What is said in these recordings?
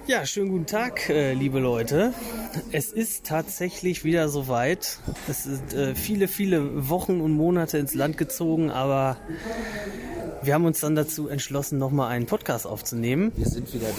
Ja, schönen guten Tag, liebe Leute. Es ist tatsächlich wieder soweit. Es sind viele Wochen und Monate ins Land gezogen, aber wir haben uns dann dazu entschlossen, nochmal einen Podcast aufzunehmen. Wir sind wieder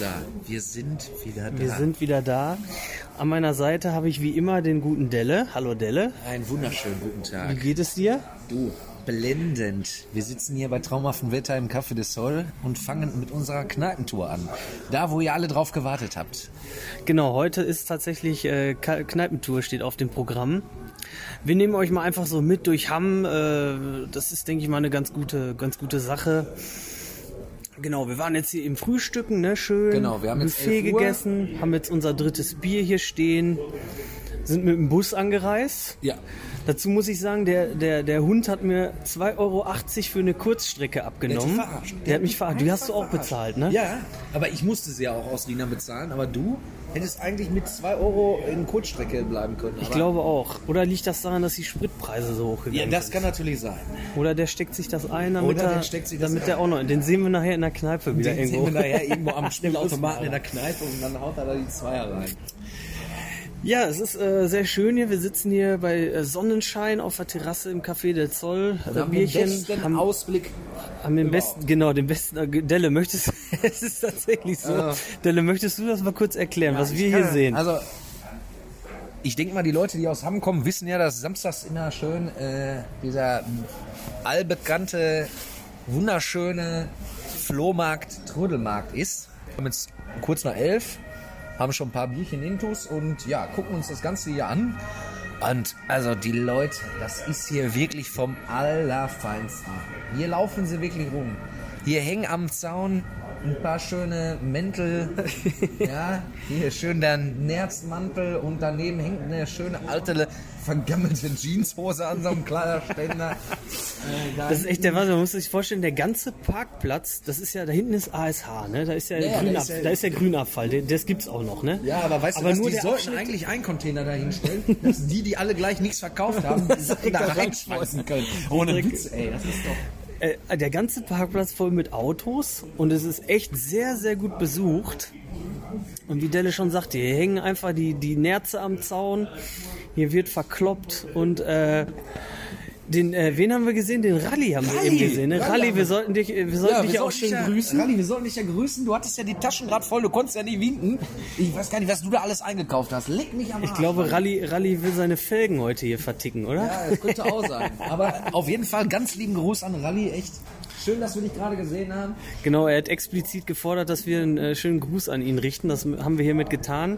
da. An meiner Seite habe ich wie immer den guten Delle. Hallo Delle. Einen wunderschönen guten Tag. Wie geht es dir? Du, blendend. Wir sitzen hier bei traumhaftem Wetter im Café des Sol und fangen mit unserer Kneipentour an. Da, wo ihr alle drauf gewartet habt. Genau, heute ist tatsächlich Kneipentour steht auf dem Programm. Wir nehmen euch mal einfach so mit durch Hamm. Das ist, denke ich mal, eine ganz gute Sache. Genau, wir waren jetzt hier im Frühstücken, ne, schön. Genau, wir haben jetzt Buffet gegessen, haben jetzt unser drittes Bier hier stehen, sind mit dem Bus angereist. Ja. Dazu muss ich sagen, der Hund hat mir 2,80 Euro für eine Kurzstrecke abgenommen. Der hat mich verarscht. Die hast du auch bezahlt, ne? Ja, aber ich musste sie ja auch aus Lina bezahlen. Aber du hättest eigentlich mit 2 Euro in Kurzstrecke bleiben können. Ich glaube auch. Oder liegt das daran, dass die Spritpreise so hoch gegangen sind? Ja, das kann natürlich sein. Oder der steckt sich das ein, damit der auch noch... Den sehen wir nachher in der Kneipe wieder irgendwo. Den sehen wir nachher irgendwo am Spielautomaten in der Kneipe und dann haut er da die Zweier rein. Ja, es ist sehr schön hier. Wir sitzen hier bei Sonnenschein auf der Terrasse im Café del Sol. Wir haben den besten Ausblick. Haben den besten, genau, den besten. Delle, möchtest es ist tatsächlich so. Delle, möchtest du das mal kurz erklären, was wir hier sehen? Also, ich denke mal, die Leute, die aus Hamm kommen, wissen ja, dass samstags immer schön dieser allbekannte, wunderschöne Flohmarkt, Trödelmarkt ist. Wir haben jetzt kurz nach 11. Haben schon ein paar Bierchen intus und ja, gucken uns das Ganze hier an. Und also die Leute, das ist hier wirklich vom Allerfeinsten. Hier laufen sie wirklich rum. Hier hängen am Zaun ein paar schöne Mäntel. Ja, hier schön der Nerzmantel und daneben hängt eine schöne alte vergammelte Jeanshose an so einem Kleiderständer. Das ist echt der Wahnsinn. Man muss sich vorstellen, der ganze Parkplatz, das ist ja, da hinten ist ASH, ne? Da ist ja, da ist ja Grünabfall, das gibt's auch noch, ne? Ja, aber weißt du was, die sollten eigentlich einen Container da hinstellen, dass die alle gleich nichts verkauft haben, da reinschmeißen können. Ohne Witz, ey, das ist doch... Der ganze Parkplatz voll mit Autos und es ist echt sehr, sehr gut besucht. Und wie Delle schon sagte, hier hängen einfach die Nerze am Zaun, hier wird verkloppt und wen haben wir gesehen? Den Ralli haben wir eben gesehen. Ne? Ralli, wir sollten dich ja auch schön grüßen. Ralli, wir sollten dich ja grüßen. Du hattest ja die Taschen gerade voll, du konntest ja nicht winken. Ich weiß gar nicht, was du da alles eingekauft hast. Leck mich am Arsch. Ich glaube, Ralli will seine Felgen heute hier verticken, oder? Ja, das könnte auch sein. Aber auf jeden Fall ganz lieben Gruß an Ralli, echt. Schön, dass wir dich gerade gesehen haben. Genau, er hat explizit gefordert, dass wir einen schönen Gruß an ihn richten. Das haben wir hiermit getan.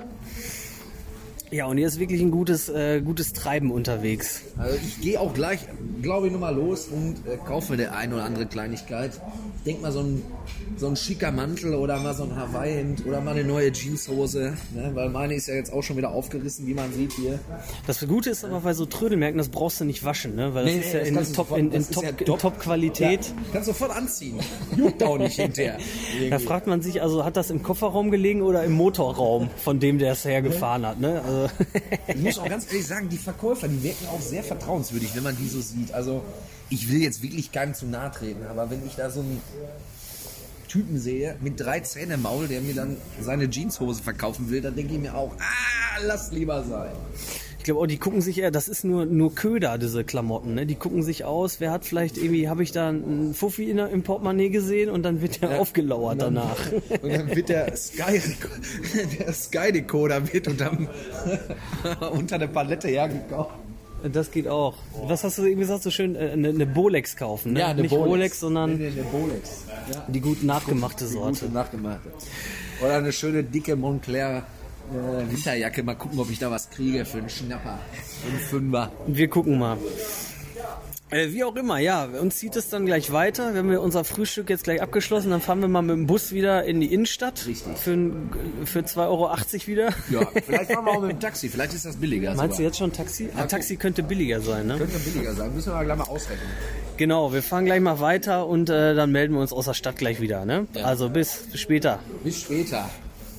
Ja, und hier ist wirklich ein gutes Treiben unterwegs. Also ich gehe auch gleich, glaube ich, nochmal los und kaufe mir die eine oder andere Kleinigkeit. Ich denke mal so ein schicker Mantel oder mal so ein Hawaii-Hemd oder mal eine neue Jeanshose, ne? Weil meine ist ja jetzt auch schon wieder aufgerissen, wie man sieht hier. Das Gute ist aber bei so Trödelmärkten, das brauchst du nicht waschen, ne? Weil das ist ja in Top-Qualität. Ja, kannst du sofort anziehen. Juckt auch nicht hinterher. Da fragt man sich, also hat das im Kofferraum gelegen oder im Motorraum von dem, der es hergefahren hat, ne? Also ich muss auch ganz ehrlich sagen, die Verkäufer, die wirken auch sehr vertrauenswürdig, wenn man die so sieht. Also ich will jetzt wirklich keinem zu nahe treten, aber wenn ich da so einen Typen sehe mit 3 Zähnen im Maul, der mir dann seine Jeanshose verkaufen will, dann denke ich mir auch, lass lieber sein. Ich glaube, die gucken sich eher, das ist nur Köder, diese Klamotten, ne? Die gucken sich aus, wer hat vielleicht irgendwie, habe ich da einen Fuffi im Portemonnaie gesehen und dann wird der aufgelauert danach. Und dann wird der Sky-Decoder wird unter der Palette hergekauft. Das geht auch. Was hast du eben gesagt, so schön, eine Bolex kaufen, ne? Ja, eine Nicht Rolex, sondern eine Bolex. Ja. Die gut nachgemachte Sorte. Gute nachgemachte. Oder eine schöne, dicke Moncler Winterjacke. Mal gucken, ob ich da was kriege für einen Schnapper. Einen Fünfer. Wir gucken mal. Wie auch immer, ja, uns zieht es dann gleich weiter. Wir haben unser Frühstück jetzt gleich abgeschlossen, dann fahren wir mal mit dem Bus wieder in die Innenstadt. Richtig. Für 2,80 Euro wieder. Ja, vielleicht fahren wir auch mit dem Taxi, vielleicht ist das billiger. Meinst du jetzt schon Taxi? Taxi könnte billiger sein, ne? Könnte billiger sein, müssen wir aber gleich mal ausrechnen. Genau, wir fahren gleich mal weiter und dann melden wir uns aus der Stadt gleich wieder, ne? Ja. Also bis später. Bis später.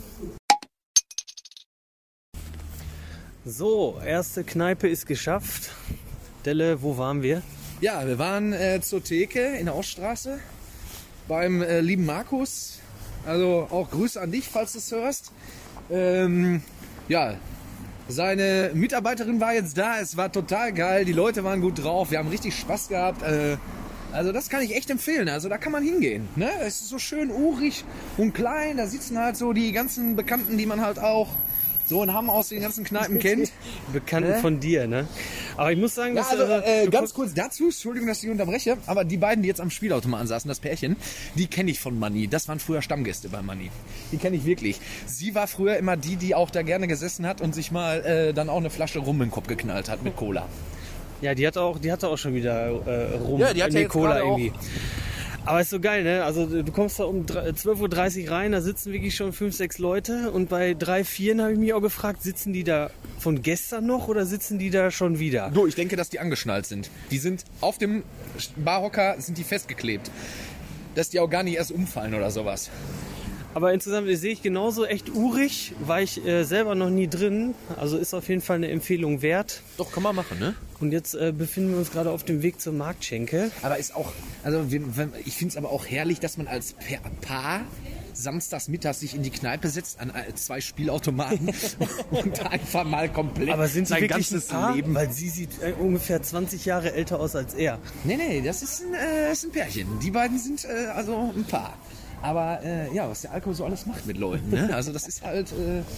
So, erste Kneipe ist geschafft. Delle, wo waren wir? Ja, wir waren zur Theke in der Oststraße beim lieben Markus Also auch Grüße an dich, falls du es hörst. Ja, seine Mitarbeiterin war jetzt da. Es war total geil. Die Leute waren gut drauf. Wir haben richtig Spaß gehabt. Also das kann ich echt empfehlen. Also da kann man hingehen. Ne? Es ist so schön urig und klein. Da sitzen halt so die ganzen Bekannten, die man halt auch so in Hamm aus den ganzen Kneipen kennt. Bekannten von dir, ne? Aber ich muss sagen, Ja, dass... also, ganz kurz dazu, Entschuldigung, dass ich unterbreche, aber die beiden, die jetzt am Spielautomaten saßen, das Pärchen, die kenne ich von Manni. Das waren früher Stammgäste bei Manni. Die kenne ich wirklich. Sie war früher immer die auch da gerne gesessen hat und sich mal dann auch eine Flasche Rum in den Kopf geknallt hat mit Cola. Ja, die hatte auch schon wieder rum. Ja, die hat ja jetzt Cola gerade irgendwie. Aber ist so geil, ne? Also du kommst da um 12.30 Uhr rein, da sitzen wirklich schon 5, 6 Leute und bei 3, 4 habe ich mich auch gefragt, sitzen die da von gestern noch oder sitzen die da schon wieder? Du, ich denke, dass die angeschnallt sind. Die sind auf dem Barhocker, sind die festgeklebt. Dass die auch gar nicht erst umfallen oder sowas. Aber insgesamt sehe ich genauso echt urig, war ich selber noch nie drin. Also ist auf jeden Fall eine Empfehlung wert. Doch, kann man machen, ne? Und jetzt befinden wir uns gerade auf dem Weg zur Marktschenke. Aber ist auch, also ich finde es aber auch herrlich, dass man als Paar samstags mittags sich in die Kneipe setzt an 2 Spielautomaten und einfach mal komplett Aber sind sie sein wirklich ganzes ein Paar? Leben. Weil sie sieht ungefähr 20 Jahre älter aus als er. Nee, das ist ein Pärchen. Die beiden sind also ein Paar. Aber ja, was der Alkohol so alles macht mit Leuten, ne? Also das ist halt...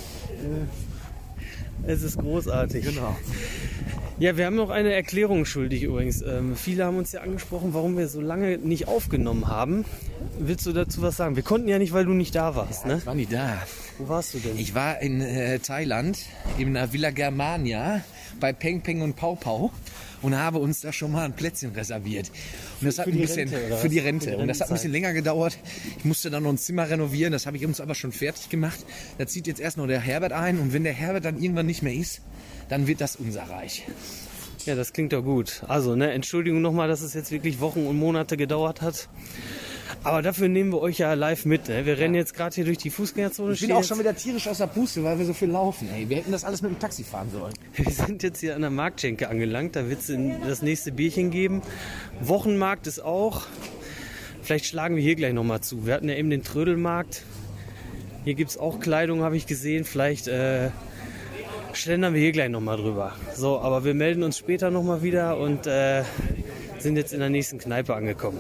Es ist großartig. Genau. Ja, wir haben noch eine Erklärung schuldig übrigens. Viele haben uns ja angesprochen, warum wir so lange nicht aufgenommen haben. Willst du dazu was sagen? Wir konnten ja nicht, weil du nicht da warst, ne? Ich war nicht da. Wo warst du denn? Ich war in Thailand, in der Villa Germania, bei Peng Peng und Pau Pau und habe uns da schon mal ein Plätzchen reserviert. Und das hat Für ein die bisschen Rente, oder für die was? Rente. Für die Und das hat ein bisschen länger gedauert. Ich musste dann noch ein Zimmer renovieren, das habe ich uns aber schon fertig gemacht. Da zieht jetzt erst noch der Herbert ein und wenn der Herbert dann irgendwann nicht mehr ist, dann wird das unser Reich. Ja, das klingt doch gut. Also, ne, Entschuldigung nochmal, dass es jetzt wirklich Wochen und Monate gedauert hat. Aber dafür nehmen wir euch ja live mit. Ne? Wir rennen jetzt gerade hier durch die Fußgängerzone. Ich bin auch schon wieder tierisch aus der Puste, weil wir so viel laufen. Ey. Wir hätten das alles mit dem Taxi fahren sollen. Wir sind jetzt hier an der Marktschenke angelangt. Da wird es das nächste Bierchen geben. Wochenmarkt ist auch. Vielleicht schlagen wir hier gleich nochmal zu. Wir hatten ja eben den Trödelmarkt. Hier gibt es auch Kleidung, habe ich gesehen. Vielleicht schlendern wir hier gleich nochmal drüber. So, aber wir melden uns später nochmal wieder und sind jetzt in der nächsten Kneipe angekommen.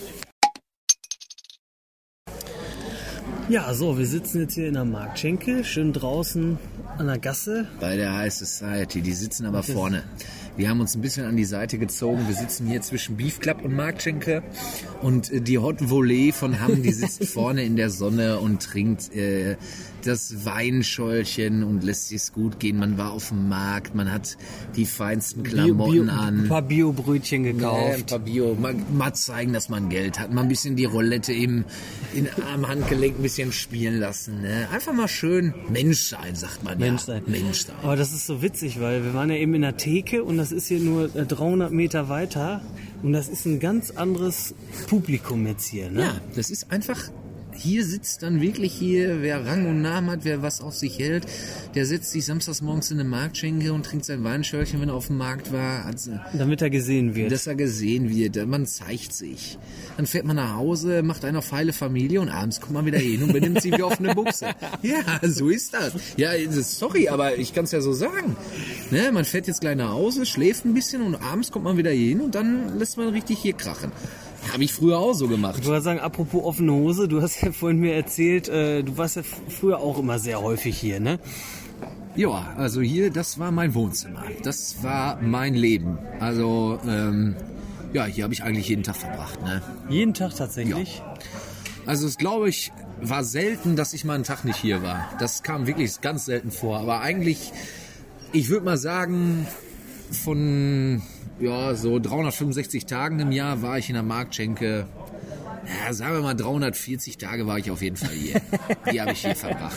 Ja, so, wir sitzen jetzt hier in der Marktschenke, schön draußen an der Gasse. Bei der High Society, die sitzen aber vorne. Wir haben uns ein bisschen an die Seite gezogen. Wir sitzen hier zwischen Beef Club und Marktschenke. Und die Hot Volée von Hamm, die sitzt vorne in der Sonne und trinkt das Weinschäulchen und lässt sich's gut gehen. Man war auf dem Markt, man hat die feinsten Klamotten an. Ein paar Bio-Brötchen gekauft. Ein paar Bio. Mal zeigen, dass man Geld hat. Mal ein bisschen die Roulette am Handgelenk ein bisschen spielen lassen. Ne? Einfach mal schön Mensch sein, sagt man. Mensch ja. sein. Mensch sein. Aber das ist so witzig, weil wir waren ja eben in der Theke und das ist hier nur 300 Meter weiter. Und das ist ein ganz anderes Publikum jetzt hier. Ne? Ja, das ist einfach... Hier sitzt dann wirklich wer Rang und Namen hat, wer was auf sich hält, der setzt sich samstags morgens in eine Marktschenke und trinkt sein Weinschörchen, wenn er auf dem Markt war. Also, damit er gesehen wird. Dass er gesehen wird, man zeigt sich. Dann fährt man nach Hause, macht eine feile Familie und abends kommt man wieder hin und benimmt sich wie auf eine Buchse. Ja, so ist das. Ja, sorry, aber ich kann es ja so sagen. Ne, man fährt jetzt gleich nach Hause, schläft ein bisschen und abends kommt man wieder hin und dann lässt man richtig hier krachen. Habe ich früher auch so gemacht. Ich wollte sagen, apropos offene Hose, du hast ja vorhin mir erzählt, du warst ja früher auch immer sehr häufig hier, ne? Ja, also hier, das war mein Wohnzimmer. Das war mein Leben. Also, ja, hier habe ich eigentlich jeden Tag verbracht, ne? Jeden Tag tatsächlich? Ja. Also, es glaube ich, war selten, dass ich mal einen Tag nicht hier war. Das kam wirklich ganz selten vor. Aber eigentlich, ich würde mal sagen, von... Ja, so 365 Tagen im Jahr war ich in der Marktschenke. Ja, sagen wir mal 340 Tage war ich auf jeden Fall hier. Die habe ich hier verbracht.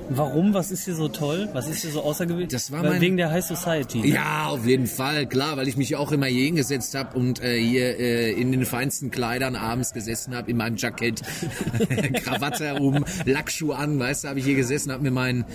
Warum? Was ist hier so toll? Was ist hier so außergewöhnlich? Das war wegen der High Society. Ne? Ja, auf jeden Fall, klar, weil ich mich auch immer hier hingesetzt habe und hier in den feinsten Kleidern abends gesessen habe, in meinem Jackett, Krawatte um, Lackschuhe an, weißt du, habe ich hier gesessen, habe mir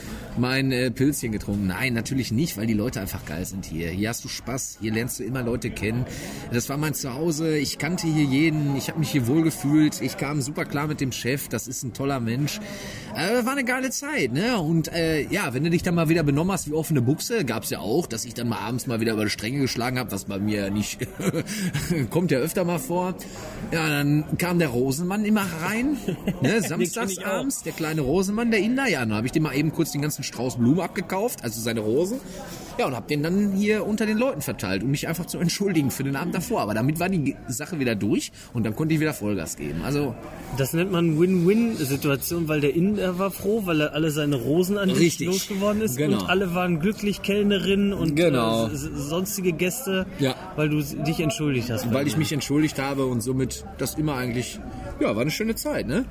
mein Pilzchen getrunken. Nein, natürlich nicht, weil die Leute einfach geil sind hier. Hier hast du Spaß, hier lernst du immer Leute kennen. Das war mein Zuhause, ich kannte hier jeden, ich habe mich hier wohlgefühlt, ich kam super klar mit dem Chef, das ist ein toller Mensch. War eine geile Zeit, ne? Und ja, wenn du dich dann mal wieder benommen hast wie offene Buchse, gab's ja auch, dass ich dann mal abends mal wieder über die Stränge geschlagen habe, was bei mir nicht kommt ja öfter mal vor. Ja, dann kam der Rosenmann immer rein, ne? Samstags abends, der kleine Rosenmann, der Inder, ja, dann habe ich dem mal eben kurz den ganzen Strauß Blumen abgekauft, also seine Rosen. Ja, und hab den dann hier unter den Leuten verteilt, um mich einfach zu entschuldigen für den Abend davor. Aber damit war die Sache wieder durch und dann konnte ich wieder Vollgas geben. Also das nennt man Win-Win-Situation, weil der Inder war froh, weil er alle seine Rosen an dich losgeworden ist. Genau. Und alle waren glücklich, Kellnerinnen und sonstige Gäste, weil du dich entschuldigt hast. Weil ich mich entschuldigt habe und somit das immer eigentlich, ja, war eine schöne Zeit, ne?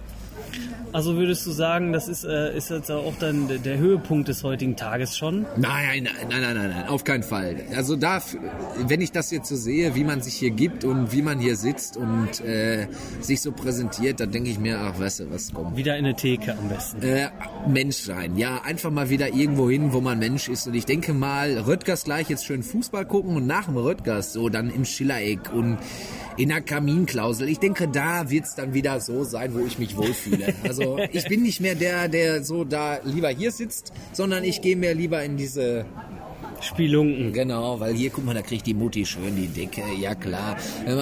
Also würdest du sagen, das ist jetzt auch dann der Höhepunkt des heutigen Tages schon? Nein, auf keinen Fall. Also wenn ich das jetzt so sehe, wie man sich hier gibt und wie man hier sitzt und sich so präsentiert, dann denke ich mir, ach, weißt du, was kommt. Wieder in eine Theke am besten. Mensch sein, ja, einfach mal wieder irgendwo hin, wo man Mensch ist. Und ich denke mal, Röttgers gleich jetzt schön Fußball gucken und nach dem Röttgers so dann im Schillereck und in der Kaminklausel. Ich denke, da wird's dann wieder so sein, wo ich mich wohlfühle. Also ich bin nicht mehr der so da lieber hier sitzt, sondern ich gehe mehr lieber in diese Spielunken. Genau, weil hier, guck mal, da kriegt die Mutti schön die Decke, ja klar.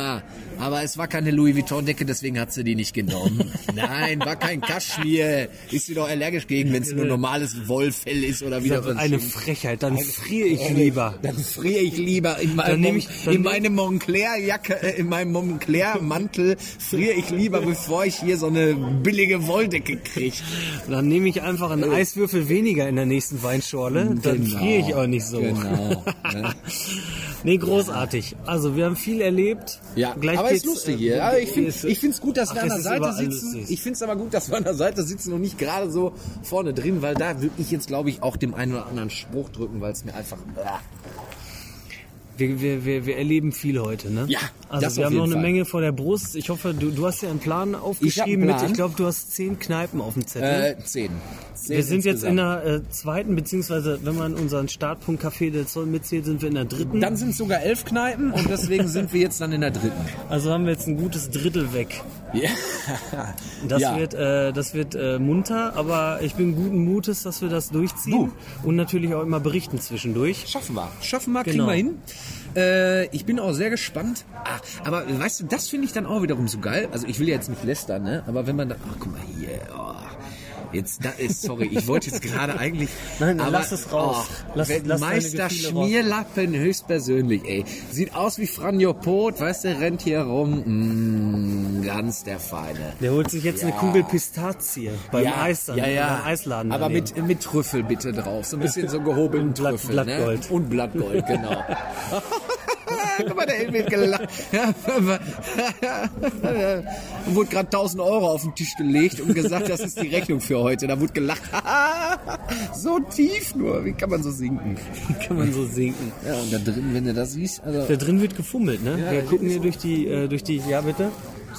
Aber es war keine Louis Vuitton-Decke, deswegen hat sie die nicht genommen. Nein, war kein Kaschmir. Ist sie doch allergisch gegen, wenn es nur normales Wollfell ist oder wieder was. Eine Frechheit, dann friere ich lieber. Dann friere ich lieber in meinem Moncler-Jacke, in meinem Moncler-Mantel friere ich lieber, bevor ich hier so eine billige Wolldecke kriege. Dann nehme ich einfach einen Eiswürfel weniger in der nächsten Weinschorle, dann friere ich auch nicht so. Genau. Nee, großartig. Also wir haben viel erlebt. Ja, gleich aber ist lustig hier. Ja, ich finde es gut, dass wir an der Seite sitzen. Lustig. Ich finde es aber gut, dass wir an der Seite sitzen und nicht gerade so vorne drin, weil da würde ich jetzt, glaube ich, auch dem einen oder anderen Spruch drücken, weil es mir einfach... Wir erleben viel heute, ne? Ja, also das wir auf haben noch jeden eine Fall. Menge vor der Brust. Ich hoffe, du hast ja einen Plan aufgeschrieben. Ich glaube, du hast 10 Kneipen auf dem Zettel. 10. Wir sind jetzt in der zweiten, beziehungsweise wenn man unseren Startpunkt Café del Sol mitzählt, sind wir in der dritten. Dann sind es sogar 11 Kneipen und deswegen sind wir jetzt dann in der dritten. Also haben wir jetzt ein gutes Drittel weg. Ja. Das wird munter, aber ich bin guten Mutes, dass wir das durchziehen und natürlich auch immer berichten zwischendurch. Schaffen wir, kriegen wir hin. Ich bin auch sehr gespannt. Aber weißt du, das finde ich dann auch wiederum so geil. Also ich will ja jetzt nicht lästern, ne? Aber wenn man da... Ach, guck mal hier. Jetzt, sorry, ich wollte jetzt gerade eigentlich... Nein, aber lass es raus. Lass Meister Schmierlappen höchstpersönlich, ey. Sieht aus wie Franjo Pot, weißt du, rennt hier rum. Ganz der Feine. Der holt sich jetzt eine Kugel Pistazie beim Eisladen. Aber mit Trüffel bitte drauf. So ein bisschen so gehobelten Trüffel. Blattgold. Ne? Und Blattgold, genau. Guck mal, der wird gelacht. Wurde gerade 1.000 Euro auf den Tisch gelegt und gesagt, das ist die Rechnung für heute. Da wurde gelacht. So tief nur. Wie kann man so sinken? Ja, und da drin, wenn du das siehst. Also da drin wird gefummelt, ne? Ja, wir gucken hier durch die. Ja, bitte.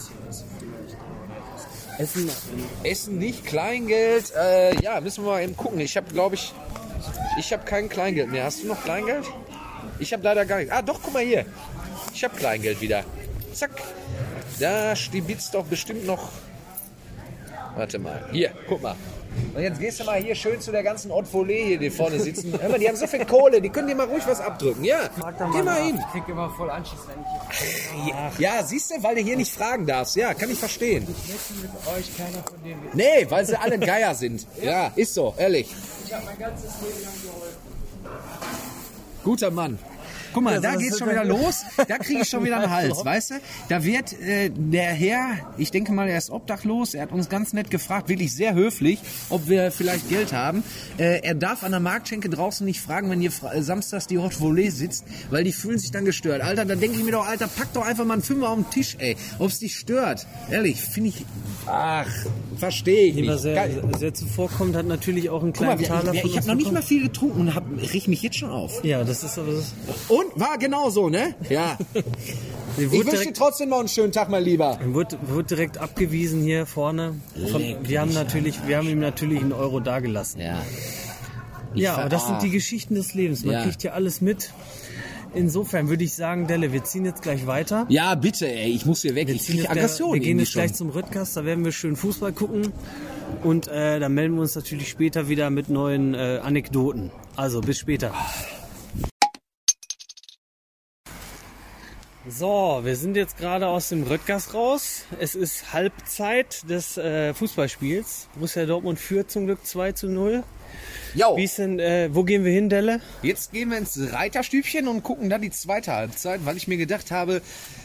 Essen nicht, Kleingeld. Ja, müssen wir mal eben gucken. Ich habe kein Kleingeld mehr. Hast du noch Kleingeld? Ich habe leider gar nichts. Doch, guck mal hier. Ich habe Kleingeld wieder. Zack. Da stibitzt doch bestimmt noch... Warte mal. Hier, guck mal. Und jetzt gehst du mal hier schön zu der ganzen Haute Volée hier, die vorne sitzen. Hör mal, die haben so viel Kohle, die können dir mal ruhig was abdrücken. Ja, geh mal hin. Ich krieg immer voll Anschiss, wenn ich... Ja, siehst du, weil du hier nicht fragen darfst. Ja, kann ich verstehen. Ich möchte mit euch keiner von denen... Nee, weil sie alle Geier sind. Ja, ist so, ehrlich. Ich habe mein ganzes Leben lang geholfen. Guter Mann. Guck mal, Ja, da das geht's ist schon wieder los. Da kriege ich schon wieder einen Hals, weißt du? Da wird der Herr, ich denke mal, er ist obdachlos. Er hat uns ganz nett gefragt, wirklich sehr höflich, ob wir vielleicht Geld haben. Er darf an der Marktschenke draußen nicht fragen, wenn hier samstags die Hot Volée sitzt, weil die fühlen sich dann gestört. Alter, da denke ich mir doch, Alter, pack doch einfach mal einen Fünfer auf den Tisch, ey. Ob's dich stört. Ehrlich, finde ich, verstehe ich nicht. Was sehr zuvorkommt, hat natürlich auch einen Guck mal, kleinen Taler von ich habe uns noch nicht bekommen. mal viel getrunken und rieche mich jetzt schon auf. Ja, das ist aber... Und war genau so, ne? Ja. Ich wünsche dir trotzdem noch einen schönen Tag, mein Lieber. Wurde direkt abgewiesen hier vorne. Wir haben ihm natürlich einen Euro dagelassen. Ja. Ja, aber das sind die Geschichten des Lebens. Man kriegt ja alles mit. Insofern würde ich sagen, Delle, wir ziehen jetzt gleich weiter. Ja, bitte, ey, ich muss hier weg. Ich kriege Aggression. Wir gehen jetzt gleich zum Röttgers, da werden wir schön Fußball gucken. Und dann melden wir uns natürlich später wieder mit neuen Anekdoten. Also, bis später. So, wir sind jetzt gerade aus dem Röttgers raus. Es ist Halbzeit des Fußballspiels. Borussia Dortmund führt zum Glück 2:0. Jo. Wie ist denn, wo gehen wir hin, Delle? Jetzt gehen wir ins Reiterstübchen und gucken dann die zweite Halbzeit, weil ich mir gedacht habe,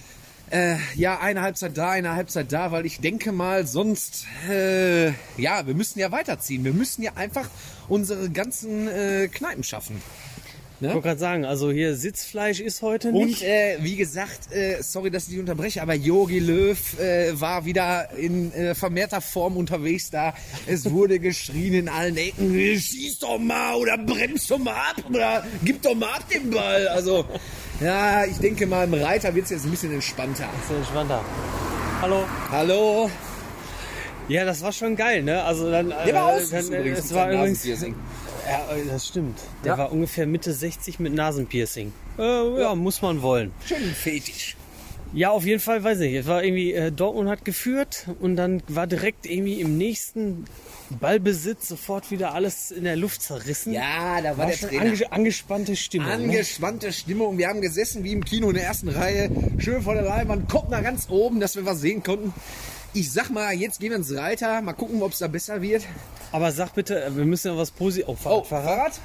eine Halbzeit da, weil ich denke mal, sonst, wir müssen ja weiterziehen. Wir müssen ja einfach unsere ganzen Kneipen schaffen. Ich wollte gerade sagen, also hier Sitzfleisch ist heute nicht. Und wie gesagt, sorry, dass ich dich unterbreche, aber Jogi Löw war wieder in vermehrter Form unterwegs da. Es wurde geschrien in allen Ecken, schieß doch mal oder bremst doch mal ab oder gib doch mal ab den Ball. Also, ja, ich denke mal, im Reiter wird es jetzt ein bisschen entspannter. Hallo. Hallo. Ja, das war schon geil, ne? Also dann, Der war aus es war übrigens, ja, das stimmt. Der war ungefähr Mitte 60 mit Nasenpiercing. Muss man wollen. Schön Fetisch. Ja, auf jeden Fall, weiß ich. Es war irgendwie, Dortmund hat geführt und dann war direkt irgendwie im nächsten Ballbesitz sofort wieder alles in der Luft zerrissen. Ja, da war der schon Trainer. angespannte Stimmung. Angespannte Stimmung. Wir haben gesessen wie im Kino in der ersten Reihe. Schön vor der Leinwand. Kommt nach ganz oben, dass wir was sehen konnten. Ich sag mal, jetzt gehen wir ins Reiter. Mal gucken, ob es da besser wird. Aber sag bitte, wir müssen ja was Positives... Fahrrad?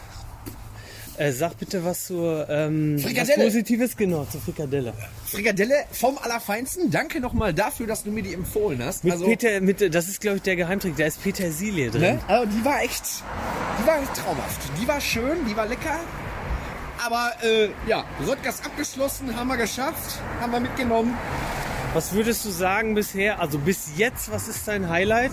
Sag bitte was zur was Frikadelle. Positives, genau, zur Frikadelle. Frikadelle vom Allerfeinsten. Danke nochmal dafür, dass du mir die empfohlen hast. Das ist, glaube ich, der Geheimtrick. Da ist Petersilie drin. Ne? Also die war traumhaft. Die war schön, die war lecker. Aber Röttgers abgeschlossen, haben wir geschafft, haben wir mitgenommen. Was würdest du sagen bisher, also bis jetzt, was ist dein Highlight?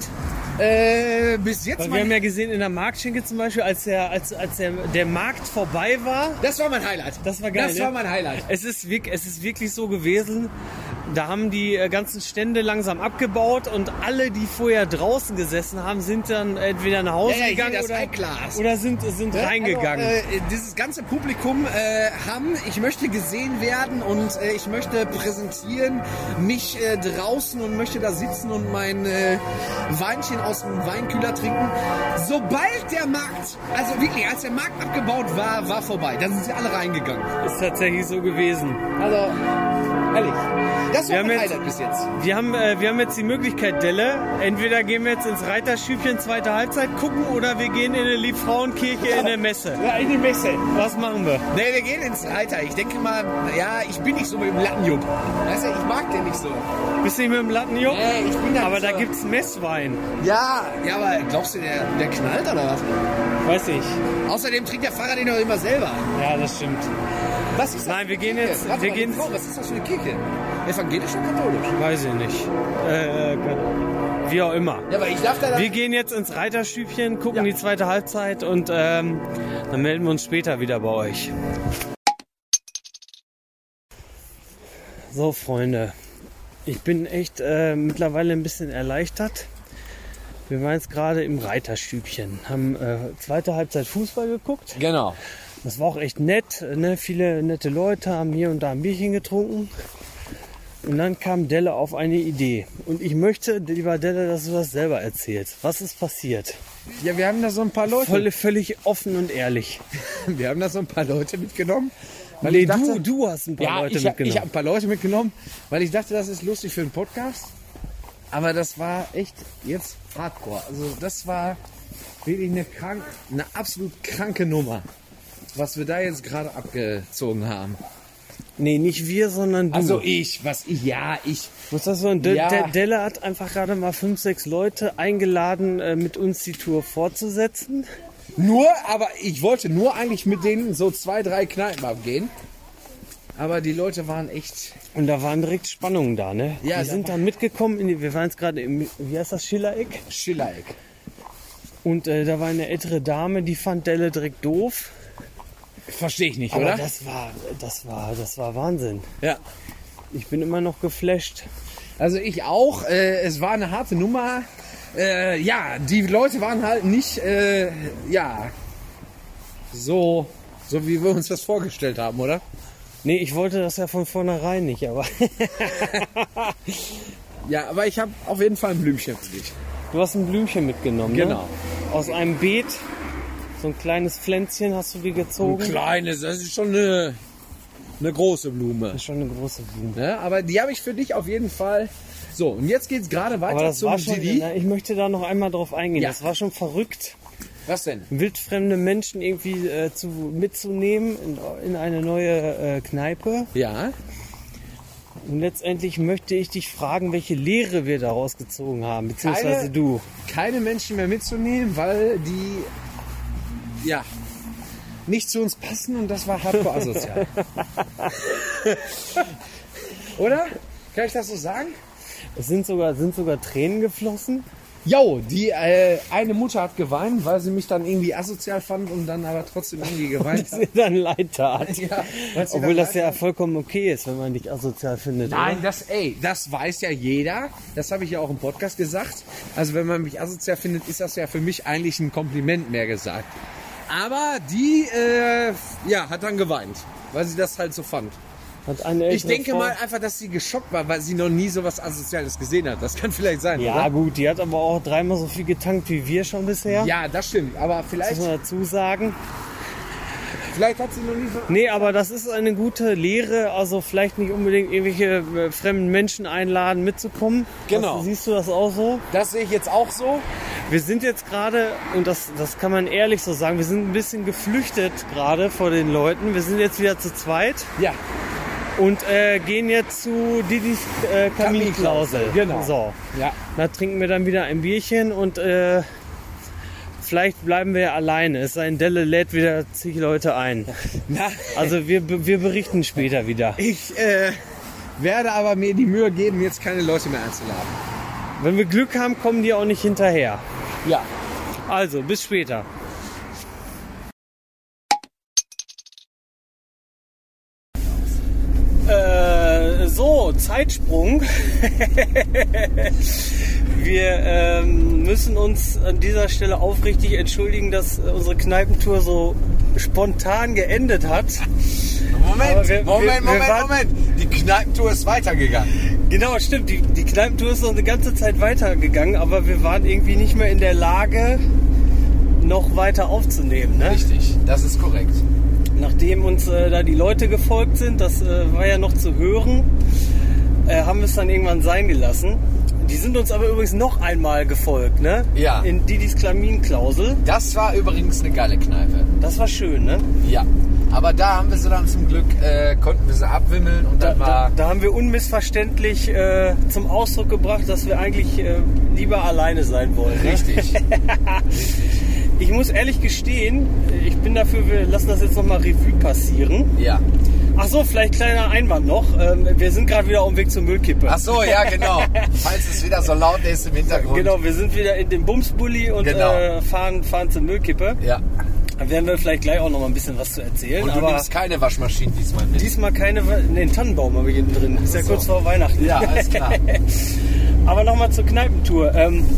Bis jetzt Weil wir haben ja gesehen in der Marktschenke zum Beispiel, als der Markt vorbei war. Das war mein Highlight. Das war geil. Das war mein Highlight. Es ist wirklich so gewesen. Da haben die ganzen Stände langsam abgebaut und alle, die vorher draußen gesessen haben, sind dann entweder nach Hause gegangen oder sind reingegangen. Also, dieses ganze Publikum ich möchte gesehen werden und ich möchte präsentieren, mich draußen und möchte da sitzen und mein Weinchen aus dem Weinkühler trinken. Sobald der Markt, also wirklich, als der Markt abgebaut war vorbei. Da sind sie alle reingegangen. Ist tatsächlich so gewesen. Also, ehrlich. Das war mein Highlight bis jetzt. Wir haben jetzt die Möglichkeit, Delle. Entweder gehen wir jetzt ins Reiterstübchen zweite Halbzeit gucken oder wir gehen in eine Liebfrauenkirche in der Messe. Ja, in die Messe. Was machen wir? Nee, wir gehen ins Reiter. Ich denke mal, ich bin nicht so mit dem Lattenjupp. Weißt du, ich mag den nicht so. Bist du nicht mit dem Lattenjupp? Nee, ich bin da aber nicht da so. gibt's Messwein. Ja, aber glaubst du, der knallt oder was? Weiß ich. Außerdem trinkt der Fahrer den doch immer selber. Ja, das stimmt. Was ist das? Nein, wir gehen Kirche? jetzt... Warte wir mal, gehen, was ist das für eine Kirche? Evangelisch oder katholisch? weiß ich nicht. Wie auch immer. Ja, aber ich darf da... Wir gehen jetzt ins Reiterstübchen, gucken die zweite Halbzeit und dann melden wir uns später wieder bei euch. So, Freunde. Ich bin echt mittlerweile ein bisschen erleichtert. Wir waren jetzt gerade im Reiterstübchen, haben zweite Halbzeit Fußball geguckt. Genau. Das war auch echt nett, ne? Viele nette Leute haben hier und da ein Bierchen getrunken. Und dann kam Delle auf eine Idee. Und ich möchte, lieber Delle, dass du das selber erzählst. Was ist passiert? Ja, wir haben da so ein paar Leute... Völlig offen und ehrlich. Wir haben da so ein paar Leute mitgenommen. Weil Nee, ich dachte, du hast ein paar Leute ich mitgenommen. habe ein paar Leute mitgenommen, weil ich dachte, das ist lustig für einen Podcast. Aber das war echt jetzt Hardcore. Also das war wirklich eine absolut kranke Nummer, was wir da jetzt gerade abgezogen haben. Nee, nicht wir, sondern du. Also ich. Was ist das so? Delle hat einfach gerade mal 5, 6 Leute eingeladen, mit uns die Tour fortzusetzen. Aber ich wollte nur eigentlich mit denen so 2, 3 Kneipen abgehen. Aber die Leute waren echt... Und da waren direkt Spannungen da, ne? Ja, die sind dann mitgekommen, wir waren jetzt gerade im, wie heißt das, Schillereck? Schillereck. Und da war eine ältere Dame, die fand Delle direkt doof. Verstehe ich nicht, aber oder? Das war Wahnsinn. Ja. Ich bin immer noch geflasht. Also ich auch. Es war eine harte Nummer. Die Leute waren halt nicht, so wie wir uns das vorgestellt haben, oder? Nee, ich wollte das ja von vornherein nicht, aber... Ja, aber ich habe auf jeden Fall ein Blümchen für dich. Du hast ein Blümchen mitgenommen, genau. Ne? Aus einem Beet, so ein kleines Pflänzchen hast du die gezogen. Ein kleines, das ist schon eine große Blume. Das ist schon eine große Blume. Ja, aber die habe ich für dich auf jeden Fall. So, und jetzt geht's gerade weiter zum Didi. Ich möchte da noch einmal drauf eingehen. Ja. Das war schon verrückt. Was denn? Wildfremde Menschen irgendwie mitzunehmen in eine neue Kneipe. Ja. Und letztendlich möchte ich dich fragen, welche Lehre wir daraus gezogen haben, beziehungsweise du. Keine Menschen mehr mitzunehmen, weil die nicht zu uns passen und das war hardcore asozial. Oder? Kann ich das so sagen? Es sind sogar Tränen geflossen. Jo, die eine Mutter hat geweint, weil sie mich dann irgendwie asozial fand und dann aber trotzdem irgendwie geweint hat. Dass sie dann leid tat. Ja, obwohl das ja vollkommen okay ist, wenn man dich asozial findet. Nein, oder? das weiß ja jeder. Das habe ich ja auch im Podcast gesagt. Also wenn man mich asozial findet, ist das ja für mich eigentlich ein Kompliment mehr gesagt. Aber die hat dann geweint, weil sie das halt so fand. Ich denke mal einfach, dass sie geschockt war, weil sie noch nie so was Asoziales gesehen hat. Das kann vielleicht sein, ja, oder? Gut, die hat aber auch 3-mal so viel getankt wie wir schon bisher. Ja, das stimmt. Aber vielleicht... Das muss man dazu sagen. Vielleicht hat sie noch nie so... Nee, aber das ist eine gute Lehre. Also vielleicht nicht unbedingt irgendwelche fremden Menschen einladen, mitzukommen. Genau. Siehst du das auch so? Das sehe ich jetzt auch so. Wir sind jetzt gerade, und das kann man ehrlich so sagen, wir sind ein bisschen geflüchtet gerade vor den Leuten. Wir sind jetzt wieder zu zweit. Ja. Und gehen jetzt zu Didis Kaminklausel. Genau. So. Ja. Da trinken wir dann wieder ein Bierchen und vielleicht bleiben wir ja alleine. Es sei denn, Delle lädt wieder zig Leute ein. Na, also wir berichten später wieder. Ich werde aber mir die Mühe geben, jetzt keine Leute mehr einzuladen. Wenn wir Glück haben, kommen die auch nicht hinterher. Ja. Also, bis später. So, Zeitsprung. Wir müssen uns an dieser Stelle aufrichtig entschuldigen, dass unsere Kneipentour so spontan geendet hat. Moment. Die Kneipentour ist weitergegangen. Genau, stimmt. Die Kneipentour ist noch eine ganze Zeit weitergegangen, aber wir waren irgendwie nicht mehr in der Lage, noch weiter aufzunehmen. Ne? Richtig, das ist korrekt. Nachdem uns da die Leute gefolgt sind, das war ja noch zu hören, haben wir es dann irgendwann sein gelassen. Die sind uns aber übrigens noch einmal gefolgt, ne? Ja. In Didis Kaminklausel. Das war übrigens eine geile Kneipe. Das war schön, ne? Ja. Aber da haben wir sie dann zum Glück, konnten wir sie abwimmeln und dann Da haben wir unmissverständlich zum Ausdruck gebracht, dass wir eigentlich lieber alleine sein wollen. Ne? Richtig. Ich muss ehrlich gestehen, ich bin dafür, wir lassen das jetzt nochmal Revue passieren. Ja. Ach so, vielleicht kleiner Einwand noch. Wir sind gerade wieder auf dem Weg zur Müllkippe. Ach so, ja genau. Falls es wieder so laut ist im Hintergrund. Genau, wir sind wieder in dem Bumsbully und fahren zur Müllkippe. Ja. Da werden wir vielleicht gleich auch noch mal ein bisschen was zu erzählen. Und du nimmst keine Waschmaschine diesmal mit? Diesmal keine, einen Tannenbaum habe ich hinten drin. Ist ja so. Kurz vor Weihnachten. Ja, alles klar. Aber nochmal zur Kneipentour.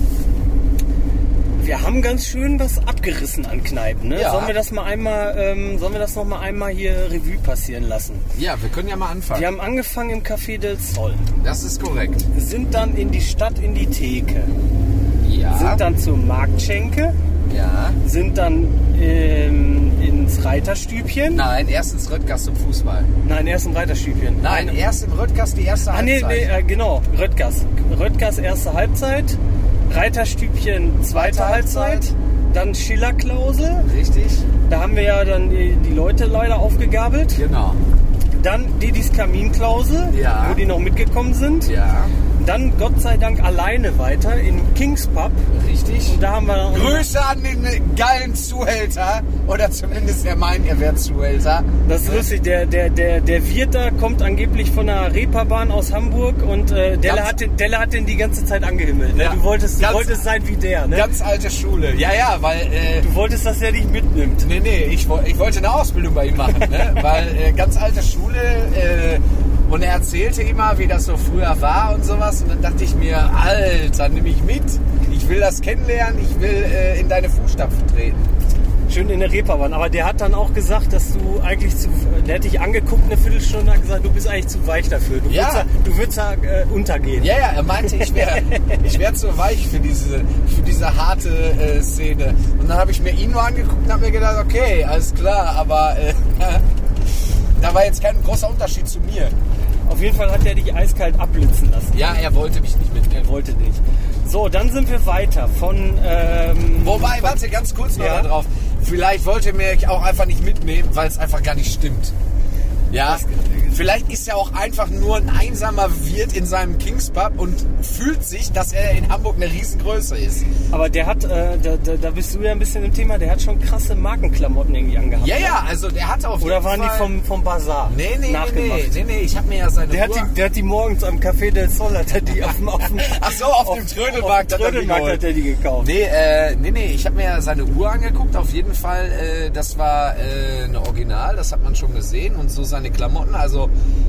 Wir haben ganz schön was abgerissen an Kneipen. Ne? Ja. Sollen wir das noch mal einmal hier Revue passieren lassen? Ja, wir können ja mal anfangen. Wir haben angefangen im Café del Sol. Das ist korrekt. Sind dann in die Stadt, in die Theke. Ja. Sind dann zur Marktschenke. Ja. Sind dann ins Reiterstübchen. Nein, erst ins Röttgast zum Fußball. Nein, erst im Reiterstübchen. Nein, erst im Röttgast die erste Halbzeit. Genau, Röttgast. Röttgast erste Halbzeit, Reiterstübchen zweite Halbzeit, dann Schillerklausel. Richtig. Da haben wir ja dann die Leute leider aufgegabelt. Genau. Dann Didis Kaminklause, Ja. wo die noch mitgekommen sind. Ja, Dann Gott sei Dank alleine weiter in Kings Pub. richtig. Und da haben wir Grüße an den geilen Zuhälter. Oder zumindest er meint, er wäre Zuhälter. Das ist lustig, der Wirt da kommt angeblich von der Reeperbahn aus Hamburg und Delle hat den die ganze Zeit angehimmelt. Ne? Ja. Du wolltest Ganz- sein wie der, ne? Ganz alte Schule. Ja, weil... Du wolltest, dass er dich mitnimmt. Nee, ich wollte eine Ausbildung bei ihm machen, ne? Weil ganz alte Schule und er erzählte immer, wie das so früher war und sowas und dann dachte ich mir, Alter, nimm mich mit, ich will das kennenlernen, ich will in deine Fußstapfen treten. Schön in der Reeperbahn. Aber der hat dann auch gesagt, dass du eigentlich der hat dich angeguckt eine Viertelstunde und hat gesagt, du bist eigentlich zu weich dafür. Du würdest da untergehen. Ja, er meinte, ich wär zu weich für diese harte Szene. Und dann habe ich mir ihn nur angeguckt und habe mir gedacht, okay, alles klar, aber da war jetzt kein großer Unterschied zu mir. Auf jeden Fall hat er dich eiskalt abblitzen lassen. Ja, er wollte mich nicht mitnehmen. Er wollte nicht. So, dann sind wir weiter von... Wobei, warte, ganz kurz noch Ja. da drauf. Vielleicht wollte er mich auch einfach nicht mitnehmen, weil es einfach gar nicht stimmt. Ja, vielleicht ist er auch einfach nur ein einsamer Wirt in seinem Kings Pub und fühlt sich, dass er in Hamburg eine Riesengröße ist. Aber der hat, da bist du ja ein bisschen im Thema, der hat schon krasse Markenklamotten irgendwie angehabt. Ja, ne? ja, also der hat auf Oder jeden waren Fall... die vom Bazar nachgemacht? Nee, ich habe mir ja seine Der Uhr... hat die morgens am Café del Sol, hat er die auf dem Ach so, auf dem Trödelmarkt hat er die geholt. hat er die gekauft. Nee, ich habe mir ja seine Uhr angeguckt, auf jeden Fall, das war eine Original, das hat man schon gesehen und so seine Klamotten, also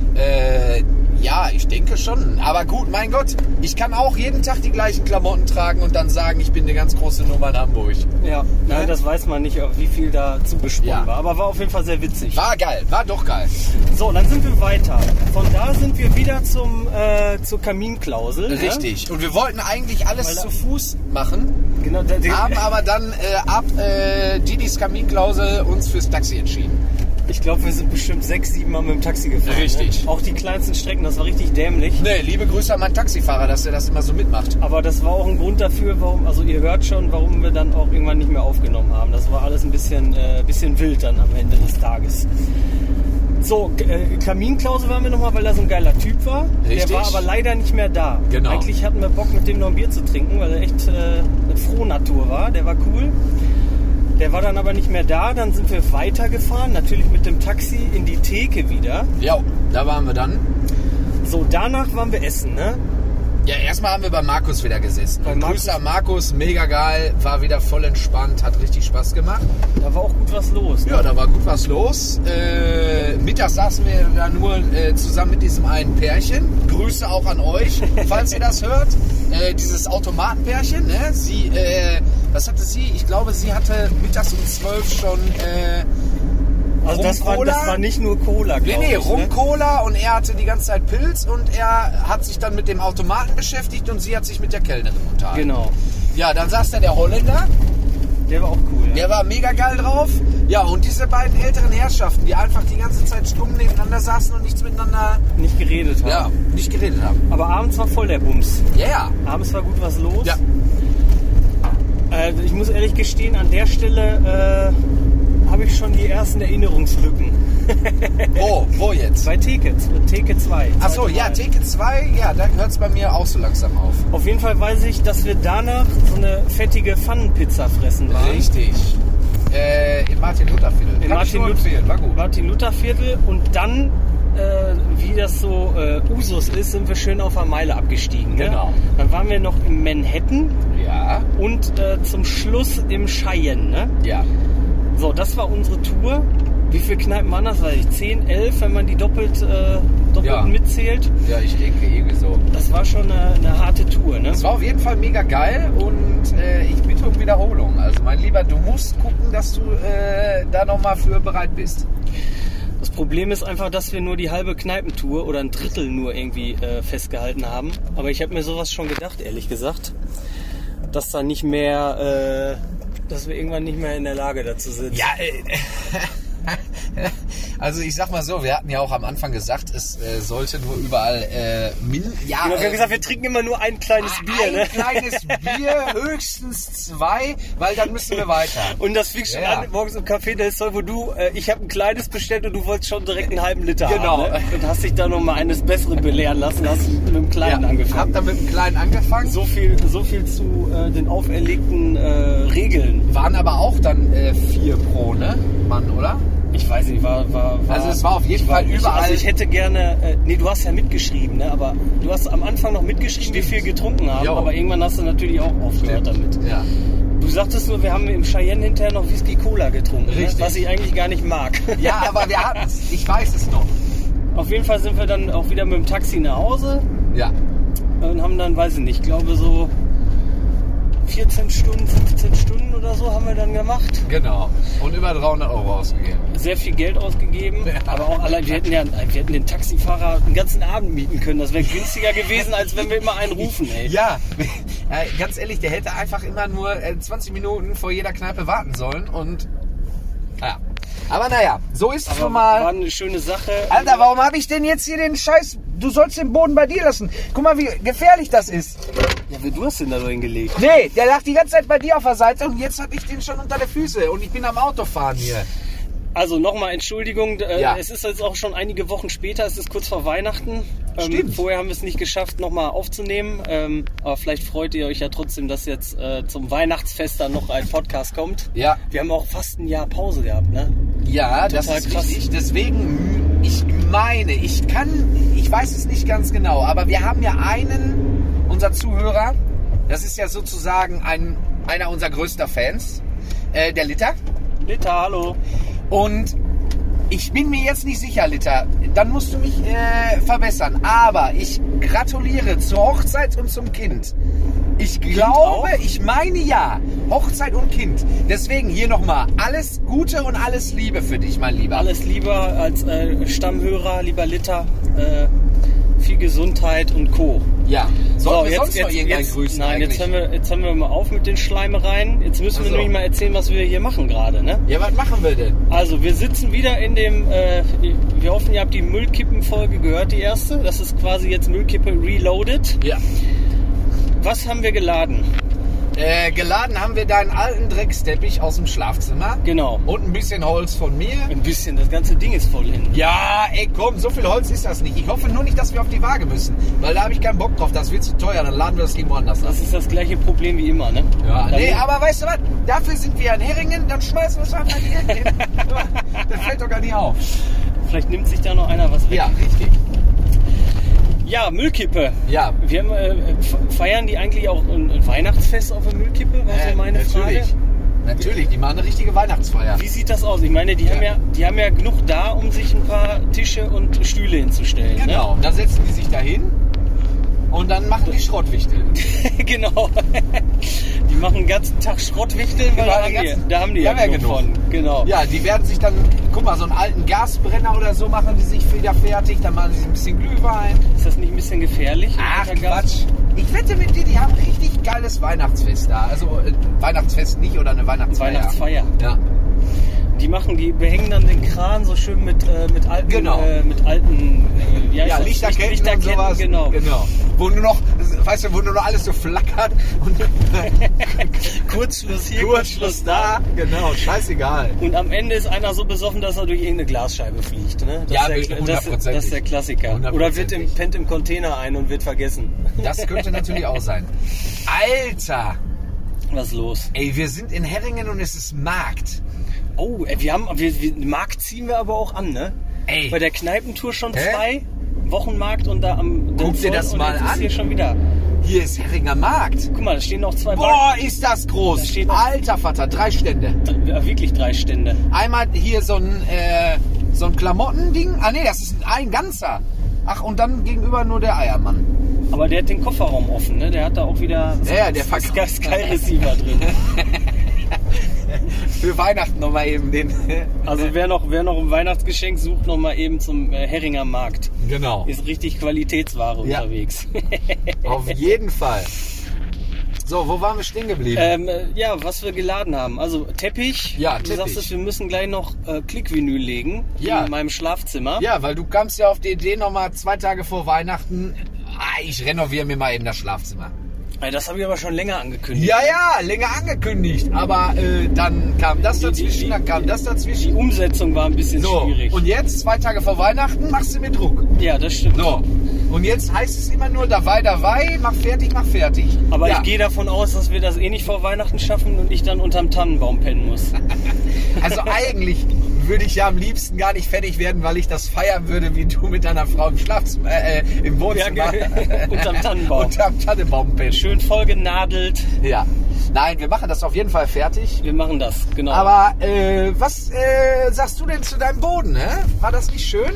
ja, ich denke schon, aber gut, mein Gott, ich kann auch jeden Tag die gleichen Klamotten tragen und dann sagen, ich bin eine ganz große Nummer in Hamburg. Ja, nein, das weiß man nicht, wie viel da zugesponnen Ja. war, aber war auf jeden Fall sehr witzig. War geil, war doch geil. So, dann sind wir weiter. Von da sind wir wieder zur Kaminklausel. ne? Richtig, und wir wollten eigentlich alles Weil da- zu Fuß machen, Genau, haben aber dann ab Didis Kaminklausel uns fürs Taxi entschieden. ich glaube, wir sind bestimmt 6, 7 Mal mit dem Taxi gefahren. Richtig. Ne? Auch die kleinsten Strecken, das war richtig dämlich. Nee, liebe Grüße an meinen Taxifahrer, dass er das immer so mitmacht. Aber das war auch ein Grund dafür, warum, also ihr hört schon, warum wir dann auch irgendwann nicht mehr aufgenommen haben. Das war alles ein bisschen wild dann am Ende des Tages. So, Kaminklause waren wir nochmal, weil er so ein geiler Typ war. Richtig. Der war aber leider nicht mehr da. Genau. Eigentlich hatten wir Bock, mit dem noch ein Bier zu trinken, weil er echt eine Frohnatur war. Der war cool. Der war dann aber nicht mehr da. Dann sind wir weitergefahren, natürlich mit dem Taxi in die Theke wieder. Ja, da waren wir dann. So, danach waren wir essen, ne? Ja, erstmal haben wir bei Markus wieder gesessen. Bei Und Markus? Grüße an Markus, mega geil, war wieder voll entspannt, hat richtig Spaß gemacht. Da war auch gut was los. Ne? Ja, da war gut was los. Mittags saßen wir da nur zusammen mit diesem einen Pärchen. Grüße auch an euch, falls ihr das hört. Dieses Automatenpärchen, ne? Sie, was hatte sie? Ich glaube, sie hatte mittags um 12 schon Also das Rum-Cola. war nicht nur Cola, glaube Nee, ich. Rum-Cola und er hatte die ganze Zeit Pilz und er hat sich dann mit dem Automaten beschäftigt und sie hat sich mit der Kellnerin unterhalten. Genau. Ja, dann saß da der Holländer, Der war auch cool. Ja. der war mega geil drauf. Ja, und diese beiden älteren Herrschaften, die einfach die ganze Zeit stumm nebeneinander saßen und nichts miteinander, Nicht geredet haben. ja, nicht geredet haben. Aber abends war voll der Bums. Ja, ja. Abends war gut was los. Ja. Ich muss ehrlich gestehen, an der Stelle habe ich schon die ersten Erinnerungslücken. Wo jetzt? Bei Theke 2. Achso, ja, Theke 2, ja, da hört es bei mir auch so langsam auf. Auf jeden Fall weiß ich, dass wir danach so eine fettige Pfannenpizza fressen waren. Richtig. In Martin-Luther-Viertel. In Kann ich nur empfehlen, war gut. Martin-Luther-Viertel und dann, wie das so Usus ist, sind wir schön auf der Meile abgestiegen. Ne? Genau. Dann waren wir noch in Manhattan Ja, und zum Schluss im Cheyenne. Ne? ja. So, das war unsere Tour. Wie viele Kneipen waren das? Weiß ich, 10, 11, wenn man die doppelt Ja. mitzählt. Ja, ich denke irgendwie so. Das war schon eine harte Tour. Ne? Es war auf jeden Fall mega geil und ich bitte um Wiederholung. Also mein Lieber, du musst gucken, dass du da nochmal für bereit bist. Das Problem ist einfach, dass wir nur die halbe Kneipentour oder ein Drittel nur irgendwie festgehalten haben. Aber ich habe mir sowas schon gedacht, ehrlich gesagt, dass da nicht mehr, dass wir irgendwann nicht mehr in der Lage dazu sind. Ja, Also ich sag mal so, wir hatten ja auch am Anfang gesagt, es sollte nur überall wir haben gesagt, wir trinken immer nur ein kleines Bier, ne? Ein kleines Bier, höchstens 2, weil dann müssen wir weiter. Und das fing schon an, morgens im Café Del Sol, wo du, ich habe ein kleines bestellt und du wolltest schon direkt einen halben Liter Genau. haben, ne? Und hast dich da nochmal eines Besseren belehren lassen, hast mit dem Kleinen angefangen. Hab dann mit dem Kleinen angefangen. So viel zu den auferlegten Regeln. Waren aber auch dann 4 pro, ne? Mann, oder? Ich weiß nicht, war also es war auf jeden Fall überall. Also ich hätte gerne, du hast ja mitgeschrieben, ne? Aber du hast am Anfang noch mitgeschrieben, wie viel getrunken haben, aber irgendwann hast du natürlich auch aufgehört damit. Ja. Du sagtest nur, wir haben im Cheyenne hinterher noch Whisky Cola getrunken, ne? Was ich eigentlich gar nicht mag. Ja, aber wir hatten es. Ich weiß es noch. Auf jeden Fall sind wir dann auch wieder mit dem Taxi nach Hause. Ja. Und haben dann, weiß ich nicht, ich glaube so 14 Stunden, 15 Stunden oder so haben wir dann gemacht. Genau. Und über 300 Euro ausgegeben. Sehr viel Geld ausgegeben, aber auch allein, wir hätten den Taxifahrer den ganzen Abend mieten können. Das wäre günstiger gewesen, als wenn wir immer einen rufen, ey. Ja, ganz ehrlich, der hätte einfach immer nur 20 Minuten vor jeder Kneipe warten sollen und ja. Aber naja, so ist es nun mal. War eine schöne Sache. Alter, warum habe ich denn jetzt hier den Scheiß? Du sollst den Boden bei dir lassen. Guck mal, wie gefährlich das ist. Ja, wie du hast den da drin gelegt. Nee, der lag die ganze Zeit bei dir auf der Seite und jetzt hatte ich den schon unter der Füße und ich bin am Autofahren hier. Also nochmal Entschuldigung, es ist jetzt auch schon einige Wochen später, es ist kurz vor Weihnachten. Stimmt. Vorher haben wir es nicht geschafft, nochmal aufzunehmen. Aber vielleicht freut ihr euch ja trotzdem, dass jetzt zum Weihnachtsfest dann noch ein Podcast kommt. Ja. Wir haben auch fast ein Jahr Pause gehabt, ne? Ja, Total das ist krass. richtig. Deswegen, ich weiß es nicht ganz genau, aber wir haben ja unser Zuhörer, das ist ja sozusagen einer unserer größten Fans, der Litter. Litter, hallo. Und ich bin mir jetzt nicht sicher, Litter, dann musst du mich verbessern. Aber ich gratuliere zur Hochzeit und zum Kind. Ich glaube, ich meine ja, Hochzeit und Kind. Deswegen hier nochmal alles Gute und alles Liebe für dich, mein Lieber. Alles Liebe als Stammhörer, lieber Litter. Viel Gesundheit und Co. Ja, sollen wir sonst noch irgendeinen grüßen? Nein, eigentlich? jetzt hören wir mal auf mit den Schleimereien. Jetzt müssen wir nämlich mal erzählen, was wir hier machen gerade, ne? Ja, was machen wir denn? Also, wir sitzen wieder in dem, wir hoffen, ihr habt die Müllkippen-Folge gehört, die erste. Das ist quasi jetzt Müllkippe Reloaded. Ja. Was haben wir geladen? Geladen haben wir deinen alten Drecksteppich aus dem Schlafzimmer. Genau. Und ein bisschen Holz von mir. Ein bisschen, das ganze Ding ist voll hin. Ja, ey, komm, so viel Holz ist das nicht. Ich hoffe nur nicht, dass wir auf die Waage müssen. Weil da habe ich keinen Bock drauf. Das wird zu teuer. Dann laden wir das irgendwo anders ab. Das ist das gleiche Problem wie immer, ne? Ja, nee, aber weißt du was? Dafür sind wir in Heringen. Dann schmeißen wir es einfach hier hin. Das fällt doch gar nicht auf. Vielleicht nimmt sich da noch einer was weg. Ja, richtig. Ja, Müllkippe. Ja. Wir haben, feiern die eigentlich auch ein Weihnachtsfest auf der Müllkippe? War so meine Frage. Natürlich, die machen eine richtige Weihnachtsfeier. Wie sieht das aus? Ich meine, die haben ja genug da, um sich ein paar Tische und Stühle hinzustellen. Genau, ne? da setzen die sich da hin und dann machen die Schrottwichtel. Genau. Die machen den ganzen Tag Schrottwichteln, weil da haben die ja genug von. Genau. Ja, die werden sich dann, guck mal, so einen alten Gasbrenner oder so machen die sich wieder fertig, dann machen sie ein bisschen Glühwein. Ist das nicht ein bisschen gefährlich? Ach, Quatsch. Ich wette mit dir, die haben ein richtig geiles Weihnachtsfest da. Also Weihnachtsfest nicht oder eine Weihnachtsfeier. Weihnachtsfeier. Ja. Die behängen dann den Kran so schön mit alten, genau. Lichterketten und sowas. Genau. Wo nur noch alles so flackert und Kurzschluss hier, Kurzschluss da. Genau, scheißegal. Und am Ende ist einer so besoffen, dass er durch irgendeine Glasscheibe fliegt. Ne? Das ist der Klassiker. 100%. Oder pennt im Container ein und wird vergessen. Das könnte natürlich auch sein. Alter! Was ist los? Ey, wir sind in Heringen und es ist Markt. Oh, Markt ziehen wir aber auch an, ne? Ey. Bei der Kneipentour schon 2 Wochenmarkt und da am... Guck dir das mal an. Hier schon wieder. Hier ist Heringer Markt. Guck mal, da stehen noch 2 Boah, ist das groß. Alter Vater, 3 Stände. Ja, wirklich 3 Stände. Einmal hier so ein Klamottending. Ah nee, das ist ein ganzer. Ach, und dann gegenüber nur der Eiermann. Aber der hat den Kofferraum offen, ne? Der hat da auch wieder der Sky Receiver drin. Für Weihnachten nochmal eben den. Also wer noch ein Weihnachtsgeschenk sucht, nochmal eben zum Heringer Markt. Genau. Ist richtig Qualitätsware unterwegs. Auf jeden Fall. So, wo waren wir stehen geblieben? Ja, was wir geladen haben. Also Teppich. Ja, du Teppich. sagst, wir müssen gleich noch Klickvinyl legen in meinem Schlafzimmer. Ja, weil du kamst ja auf die Idee nochmal 2 Tage vor Weihnachten, ich renoviere mir mal eben das Schlafzimmer. Das habe ich aber schon länger angekündigt. Ja, länger angekündigt. Aber dann kam das dazwischen, dann kam das Die dazwischen. Umsetzung war ein bisschen schwierig. Und jetzt, 2 Tage vor Weihnachten, machst du mir Druck. Ja, das stimmt. So, und jetzt heißt es immer nur dabei, mach fertig. Aber ja. ich gehe davon aus, dass wir das eh nicht vor Weihnachten schaffen und ich dann unterm Tannenbaum pennen muss. Also eigentlich würde ich ja am liebsten gar nicht fertig werden, weil ich das feiern würde, wie du mit deiner Frau im Schlafzimmer, im Wohnzimmer. Ja, unterm Tannenbaum. Unterm Tannenbaum pennst. Schön voll genadelt. Ja. Nein, wir machen das auf jeden Fall fertig. Wir machen das, genau. Aber was sagst du denn zu deinem Boden? War das nicht schön?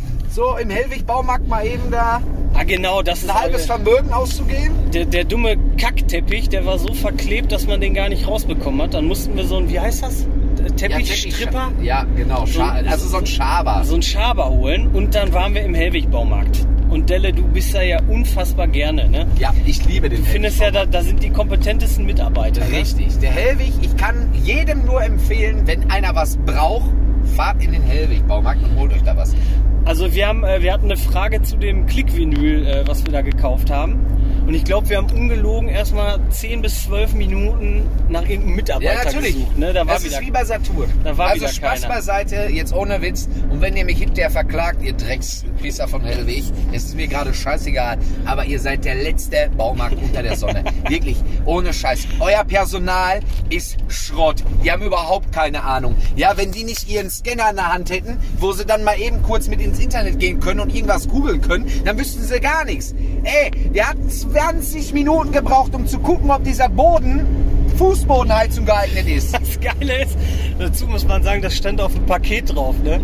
So im Hellwig-Baumarkt mal eben da genau, das ist ein halbes Vermögen auszugeben? der dumme Kackteppich, der war so verklebt, dass man den gar nicht rausbekommen hat. Dann mussten wir so ein, wie heißt das? Teppichstripper? Ja, genau. Also so ein Schaber. So ein Schaber holen und dann waren wir im Hellwig-Baumarkt. Und Delle, du bist da ja unfassbar gerne, ne? Ja, ich liebe den Du findest ja, da sind die kompetentesten Mitarbeiter. Ne? Richtig. Der Hellwig, ich kann jedem nur empfehlen, wenn einer was braucht, fahrt in den Hellwig-Baumarkt und holt euch da was. Also wir hatten eine Frage zu dem Klickvinyl, was wir da gekauft haben. Und ich glaube, wir haben ungelogen erstmal 10 bis 12 Minuten nach irgendeinem Mitarbeiter gesucht. Ne? Da war das wieder, ist wie bei Saturn. Da war also wieder Spaß keiner. beiseite, jetzt ohne Witz. Und wenn ihr mich hinterher verklagt, ihr Dreckspisser von Hellwig, es ist mir gerade scheißegal, aber ihr seid der letzte Baumarkt unter der Sonne. Wirklich, ohne Scheiß. Euer Personal ist Schrott. Die haben überhaupt keine Ahnung. Ja, wenn die nicht ihren Scanner in der Hand hätten, wo sie dann mal eben kurz mit ins Internet gehen können und irgendwas googeln können, dann wüssten sie gar nichts. Ey, wir hatten 20 Minuten gebraucht, um zu gucken, ob dieser Boden Fußbodenheizung geeignet ist. Das Geile ist, dazu muss man sagen, das stand auf dem Paket drauf, ne?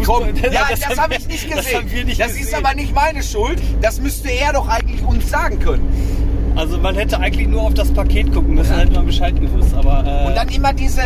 Das habe ich nicht gesehen. Das haben wir nicht das gesehen. ist aber nicht meine Schuld. Das müsste er doch eigentlich uns sagen können. Also man hätte eigentlich nur auf das Paket gucken müssen, hätte man Bescheid gewusst. Aber, und dann immer diese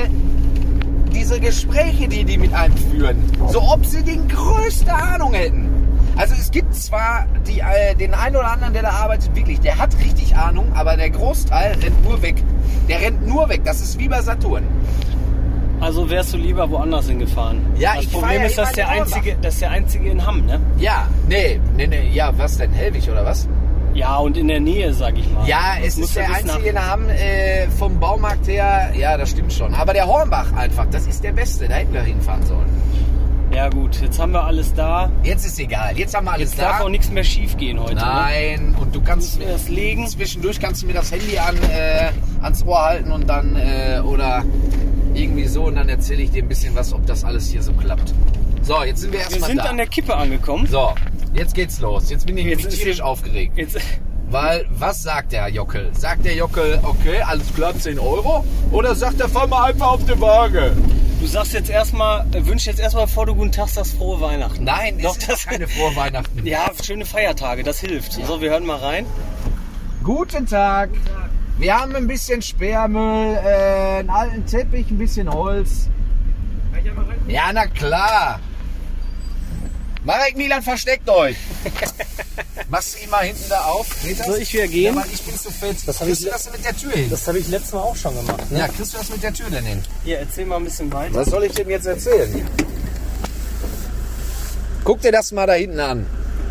Gespräche, die mit einem führen. So, ob sie die größte Ahnung hätten. Also es gibt zwar den einen oder anderen, der da arbeitet, wirklich, der hat richtig Ahnung, aber der Großteil rennt nur weg. Der rennt nur weg. Das ist wie bei Saturn. Also wärst du lieber woanders hingefahren? Ja, das ich Problem fahr ist, ja das immer ist der einzige in Hamm, ne? Ja, nee, ja, was denn, Hellwig oder was? Ja, und in der Nähe, sag ich mal. Ja, es ist der einzige in Hamm vom Baumarkt her, ja, das stimmt schon. Aber der Hornbach einfach, das ist der Beste, da hätten wir hinfahren sollen. Ja gut, jetzt haben wir alles da. Jetzt ist egal, jetzt haben wir alles jetzt da. Darf auch nichts mehr schief gehen heute. Nein, ne? Und du kannst mir das legen. Zwischendurch kannst du mir das Handy ans Ohr halten und dann, oder irgendwie so, und dann erzähle ich dir ein bisschen was, ob das alles hier so klappt. So, jetzt sind wir erstmal da. Wir sind an der Kippe angekommen. So, jetzt geht's los. Jetzt bin ich tierisch aufgeregt. Jetzt, weil, was sagt der Jockel? Sagt der Jockel, okay, alles klar, 10 Euro? Oder sagt er, fahr mal einfach auf die Waage? Du sagst jetzt erstmal, wünsch jetzt erstmal, bevor du guten Tag sagst, frohe Weihnachten. Nein, es ist doch keine frohe Weihnachten. Ja, schöne Feiertage, das hilft. Ja. So, wir hören mal rein. Guten Tag. Wir haben ein bisschen Sperrmüll, einen alten Teppich, ein bisschen Holz. Kann ich ja mal rein? Ja, na klar. Marek Milan, versteckt euch. Machst du ihn mal hinten da auf? Soll ich wieder gehen? Ja, weil ich bin zu fett. Kriegst du das mit der Tür hin? Das habe ich letztes Mal auch schon gemacht. Ne? Ja, kriegst du das mit der Tür denn hin? Ja, erzähl mal ein bisschen weiter. Was soll ich denn jetzt erzählen? Guck dir das mal da hinten an.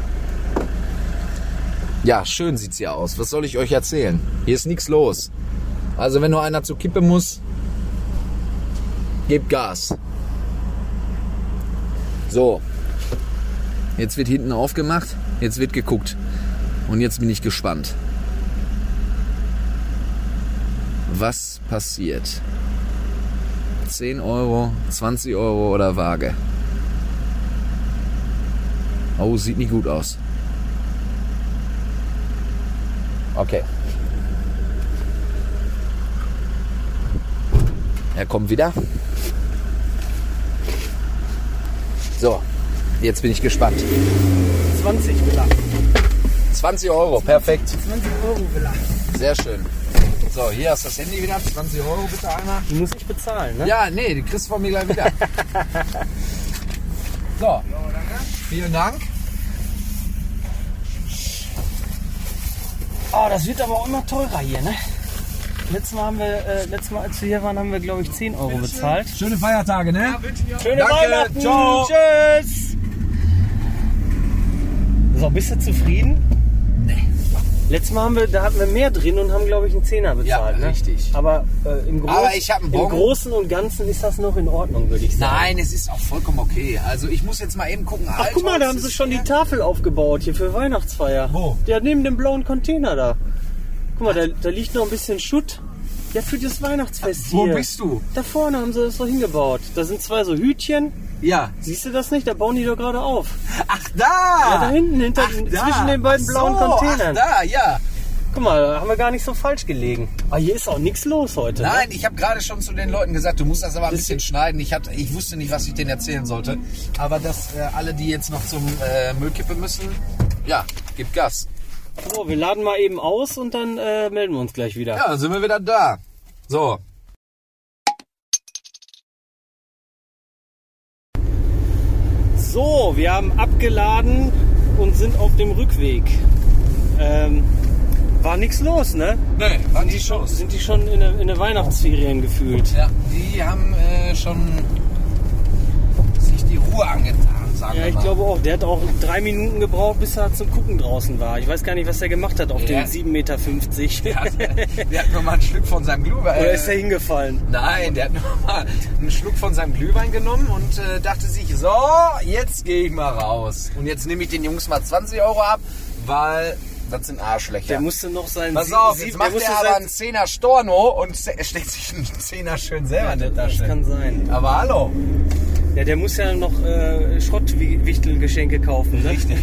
Ja, schön sieht's hier aus. Was soll ich euch erzählen? Hier ist nichts los. Also wenn nur einer zur Kippe muss, gebt Gas. So. Jetzt wird hinten aufgemacht, jetzt wird geguckt. Und jetzt bin ich gespannt. Was passiert? 10 Euro, 20 Euro oder Waage? Oh, sieht nicht gut aus. Okay. Er kommt wieder. So, jetzt bin ich gespannt. 20 will er. 20 Euro, perfekt. 20 Euro will er. Sehr schön. So, hier hast du das Handy wieder. 20 Euro bitte einmal. Die muss ich bezahlen, ne? Ja, nee, die kriegst du von mir gleich wieder. So, vielen Dank. Oh, das wird aber auch immer teurer hier, ne? Letztes Mal, als wir hier waren, haben wir, glaube ich, 10 Euro bezahlt. Schöne Feiertage, ne? Schöne Danke, Weihnachten. ciao. Tschüss. So, bist du zufrieden? Nee. Letztes Mal hatten wir mehr drin und haben, glaube ich, einen Zehner bezahlt. Ja, richtig. Ne? Aber, im ich hab einen Bon. im Großen und Ganzen ist das noch in Ordnung, würde ich sagen. Nein, es ist auch vollkommen okay. Also ich muss jetzt mal eben gucken. Ach, guck mal, da haben sie schon die Tafel aufgebaut hier für Weihnachtsfeier. Wo? Ja, neben dem blauen Container da. Guck mal, da liegt noch ein bisschen Schutt. Ja, für das Weihnachtsfest hier. Wo bist du? Da vorne haben sie das so hingebaut. Da sind 2 so Hütchen. Ja. Siehst du das nicht? Da bauen die doch gerade auf. Ach, da! Ja, da hinten, zwischen den beiden blauen Containern. Ach, da, ja. Guck mal, da haben wir gar nicht so falsch gelegen. Aber hier ist auch nichts los heute. Nein, ne? ich habe gerade schon zu den Leuten gesagt, du musst das aber ein bisschen schneiden. Ich wusste nicht, was ich denen erzählen sollte. Aber dass alle, die jetzt noch zum Müllkippe müssen, ja, gib Gas. So, wir laden mal eben aus und dann melden wir uns gleich wieder. Ja, dann sind wir wieder da. So. So, wir haben abgeladen und sind auf dem Rückweg. War nichts los, ne? Nee, war nicht los. Sind die schon in der Weihnachtsferien gefühlt? Ja, die haben schon sich die Ruhe angetan, sagen wir mal. Ja, ich glaube auch. Der hat auch 3 Minuten gebraucht, bis er zum Gucken draußen war. Ich weiß gar nicht, was er gemacht hat auf den 7,50 Meter. Der hat nur mal ein Stück von seinem Glühwein. Oder ist er hingefallen? Nein, der hat nur mal einen Schluck von seinem Glühwein genommen und dachte sich, so, jetzt gehe ich mal raus. Und jetzt nehme ich den Jungs mal 20 Euro ab, weil das sind Arschlöcher. Der musste noch seinen... Pass auf, jetzt macht er aber einen 10er Storno und steckt sich einen 10er schön selber in der Tasche. Das kann sein. Aber hallo. Ja, der muss ja noch Schrottwichtelgeschenke kaufen. Ne? Richtig.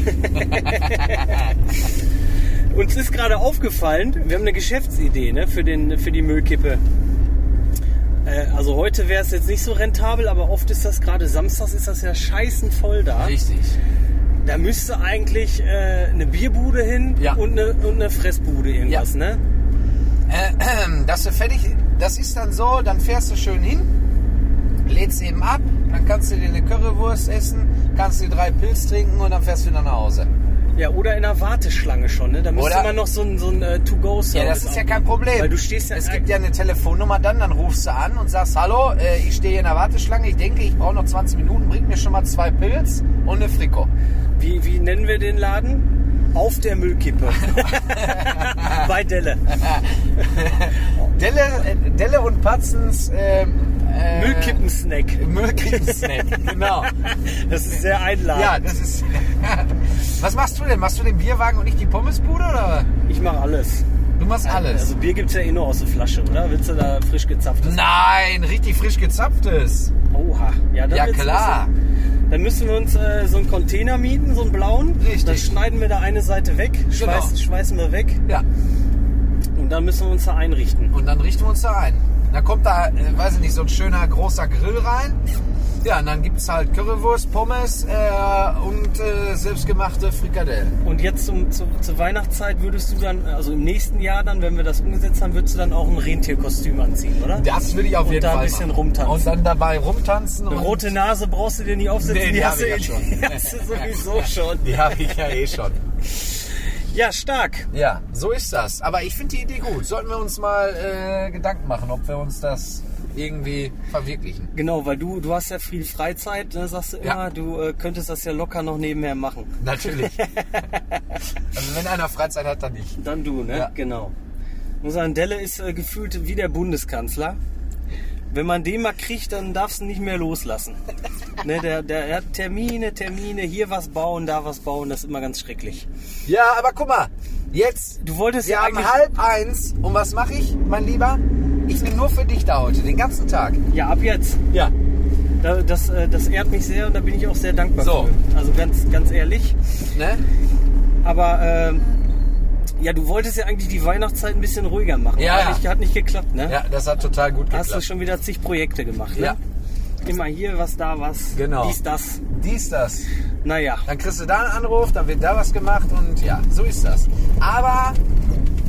Uns ist gerade aufgefallen, wir haben eine Geschäftsidee, ne, für die Müllkippe. Also heute wäre es jetzt nicht so rentabel, aber oft ist das gerade samstags, ist das ja scheißen voll da. Richtig. Da müsste eigentlich eine Bierbude hin und eine Fressbude irgendwas, Ja. ne? Dass du fertig, das ist dann so, dann fährst du schön hin, lädst eben ab, dann kannst du dir eine Currywurst essen, kannst dir 3 Pilz trinken und dann fährst du wieder nach Hause. Ja, oder in der Warteschlange schon, ne? Da müsste man noch so ein To-Go-Service. Ja, das ist ja kein Problem. Weil du stehst ja... Es gibt ja eine Telefonnummer dann rufst du an und sagst, hallo, ich stehe hier in der Warteschlange, ich denke, ich brauche noch 20 Minuten, bringt mir schon mal 2 Pilz und eine Frikot. Wie nennen wir den Laden? Auf der Müllkippe. Bei Delle. Delle und Patzens Müllkippen-Snack. Müllkippen-Snack, genau. Das ist sehr einladend. Ja, das ist... Was machst du denn? Machst du den Bierwagen und nicht die Pommesbude, oder? Ich mache alles. Du machst alles? Also Bier gibt's ja eh nur aus der Flasche, oder? Willst du da frisch gezapftes? Nein, richtig frisch gezapftes. Oha. Ja Klar. Dann müssen wir uns so einen Container mieten, so einen blauen. Richtig. Dann schneiden wir da eine Seite weg, schmeißen wir weg. Ja. Und dann müssen wir uns da einrichten. Und dann richten wir uns da ein. Dann kommt da, weiß ich nicht, so ein schöner großer Grill rein. Ja, und dann gibt es halt Currywurst, Pommes und selbstgemachte Frikadellen. Und jetzt zur Weihnachtszeit würdest du dann, also im nächsten Jahr dann, wenn wir das umgesetzt haben, würdest du dann auch ein Rentierkostüm anziehen, oder? Das würde ich auf jeden Fall Und da ein bisschen rumtanzen. Und dann dabei rumtanzen. Eine rote Nase brauchst du dir nicht aufsetzen, Nee, die hast habe ich ja schon. Die hast du sowieso schon. Die habe ich ja eh schon. Ja, stark. Ja, so ist das. Aber ich finde die Idee gut. Sollten wir uns mal Gedanken machen, ob wir uns das irgendwie verwirklichen. Genau, weil du hast ja viel Freizeit, ne, sagst du immer, Ja. du könntest das ja locker noch nebenher machen. Natürlich. Also wenn einer Freizeit hat, dann nicht. Dann du, ne? Ja. Genau. Ich muss sagen, Delle ist gefühlt wie der Bundeskanzler. Wenn man den mal kriegt, dann darfst du nicht mehr loslassen. Ne, der hat Termine, hier was bauen, da was bauen, das ist immer ganz schrecklich. Ja, aber guck mal, jetzt, Du wolltest wir ja haben eigentlich... 12:30 und was mache ich, mein Lieber? Ich bin nur für dich da heute, den ganzen Tag. Ja, ab jetzt. Ja. Das ehrt mich sehr und da bin ich auch sehr dankbar So. für. Also ganz ehrlich. Ne? Aber ja, du wolltest ja eigentlich die Weihnachtszeit ein bisschen ruhiger machen. Ja, ja. Hat nicht geklappt, ne? Ja, das hat total gut Hast du geklappt. schon wieder zig Projekte gemacht, ne? Ja. Immer hier was, da was. Genau. Dies, das. Dies, das. Naja. Dann kriegst du da einen Anruf, dann wird da was gemacht und ja, so ist das. Aber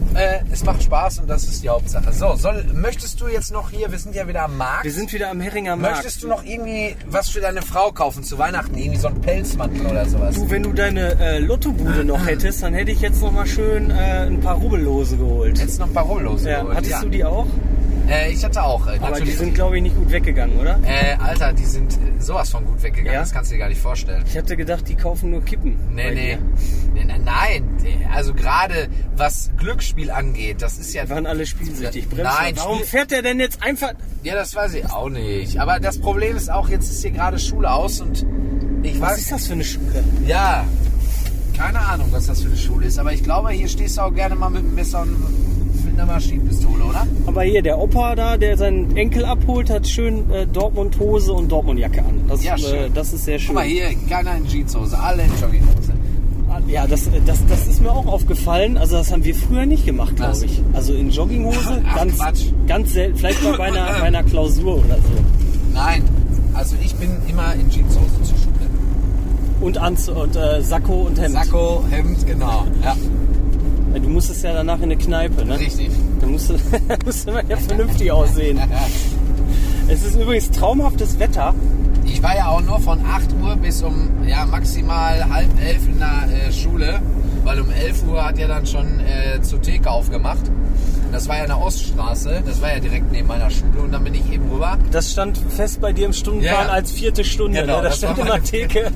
es macht Spaß und das ist die Hauptsache. So, möchtest du jetzt noch hier, wir sind ja wieder am Markt. Wir sind wieder am Heringer Markt. Möchtest du noch irgendwie was für deine Frau kaufen zu Weihnachten? Irgendwie so einen Pelzmantel oder sowas? Du, wenn du deine Lottobude noch hättest, dann hätte ich jetzt noch mal schön ein paar Rubbellose geholt. Jetzt noch ein paar Rubbellose geholt. Hattest du die auch? Ich hatte auch. Aber die sind, glaube ich, nicht gut weggegangen, oder? Alter, die sind sowas von gut weggegangen, ja? Das kannst du dir gar nicht vorstellen. Ich hatte gedacht, die kaufen nur Kippen. Nee. Nein, also gerade was Glücksspiel angeht, das ist ja... Die waren alle spielsüchtig. Nein. Warum fährt der denn jetzt einfach... Ja, das weiß ich auch nicht. Aber das Problem ist auch, jetzt ist hier gerade Schule aus und ich weiß... Was ist das für eine Schule? Ja, keine Ahnung, was das für eine Schule ist. Aber ich glaube, hier stehst du auch gerne mal mit einem Messer und mit einer Maschinenpistole, oder? Aber hier, der Opa da, der seinen Enkel abholt, hat schön Dortmund-Hose und Dortmund-Jacke an. Das, ja, schön. Das ist sehr schön. Guck mal hier, keiner in Jeanshose, alle in Jogginghose. Ja, das ist mir auch aufgefallen. Also das haben wir früher nicht gemacht, glaube ich. Also in Jogginghose, ganz selten. Vielleicht mal bei einer Klausur oder so. Nein, also ich bin immer in Jeanshose zur Schule. Und Sakko und Hemd. Sakko, Hemd, genau. Ja. Du musstest ja danach in eine Kneipe, ne? Richtig. Da musste man ja vernünftig aussehen. Es ist übrigens traumhaftes Wetter. Ich war ja auch nur von 8 Uhr bis um maximal 10:30 in der Schule, weil um 11 Uhr hat ja dann schon zur Theke aufgemacht. Das war ja eine Oststraße, das war ja direkt neben meiner Schule und dann bin ich eben rüber. Das stand fest bei dir im Stundenplan als 4. Stunde, genau, ne? Da stand immer Theke.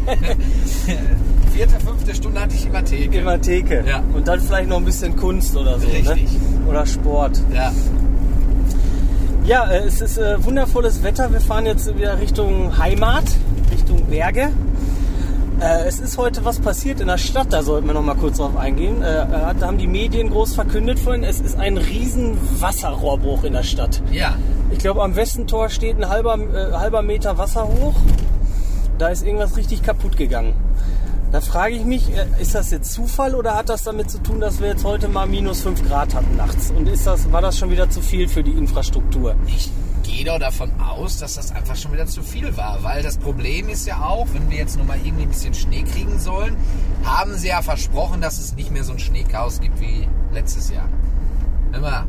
4., 5. Stunde hatte ich immer Theke. Immer Theke. Ja. Und dann vielleicht noch ein bisschen Kunst oder so. Richtig. Ne? Oder Sport. Ja. Ja, es ist wundervolles Wetter. Wir fahren jetzt wieder Richtung Heimat, Richtung Berge. Es ist heute was passiert in der Stadt, da sollten wir noch mal kurz drauf eingehen. Da haben die Medien groß verkündet vorhin, es ist ein riesen Wasserrohrbruch in der Stadt. Ja. Ich glaube, am Westentor steht ein halber Meter Wasser hoch. Da ist irgendwas richtig kaputt gegangen. Da frage ich mich, ist das jetzt Zufall oder hat das damit zu tun, dass wir jetzt heute mal minus 5 Grad hatten nachts? Und war das schon wieder zu viel für die Infrastruktur? Ich gehe doch davon aus, dass das einfach schon wieder zu viel war. Weil das Problem ist ja auch, wenn wir jetzt nochmal irgendwie ein bisschen Schnee kriegen sollen, haben sie ja versprochen, dass es nicht mehr so ein Schneechaos gibt wie letztes Jahr. Immer.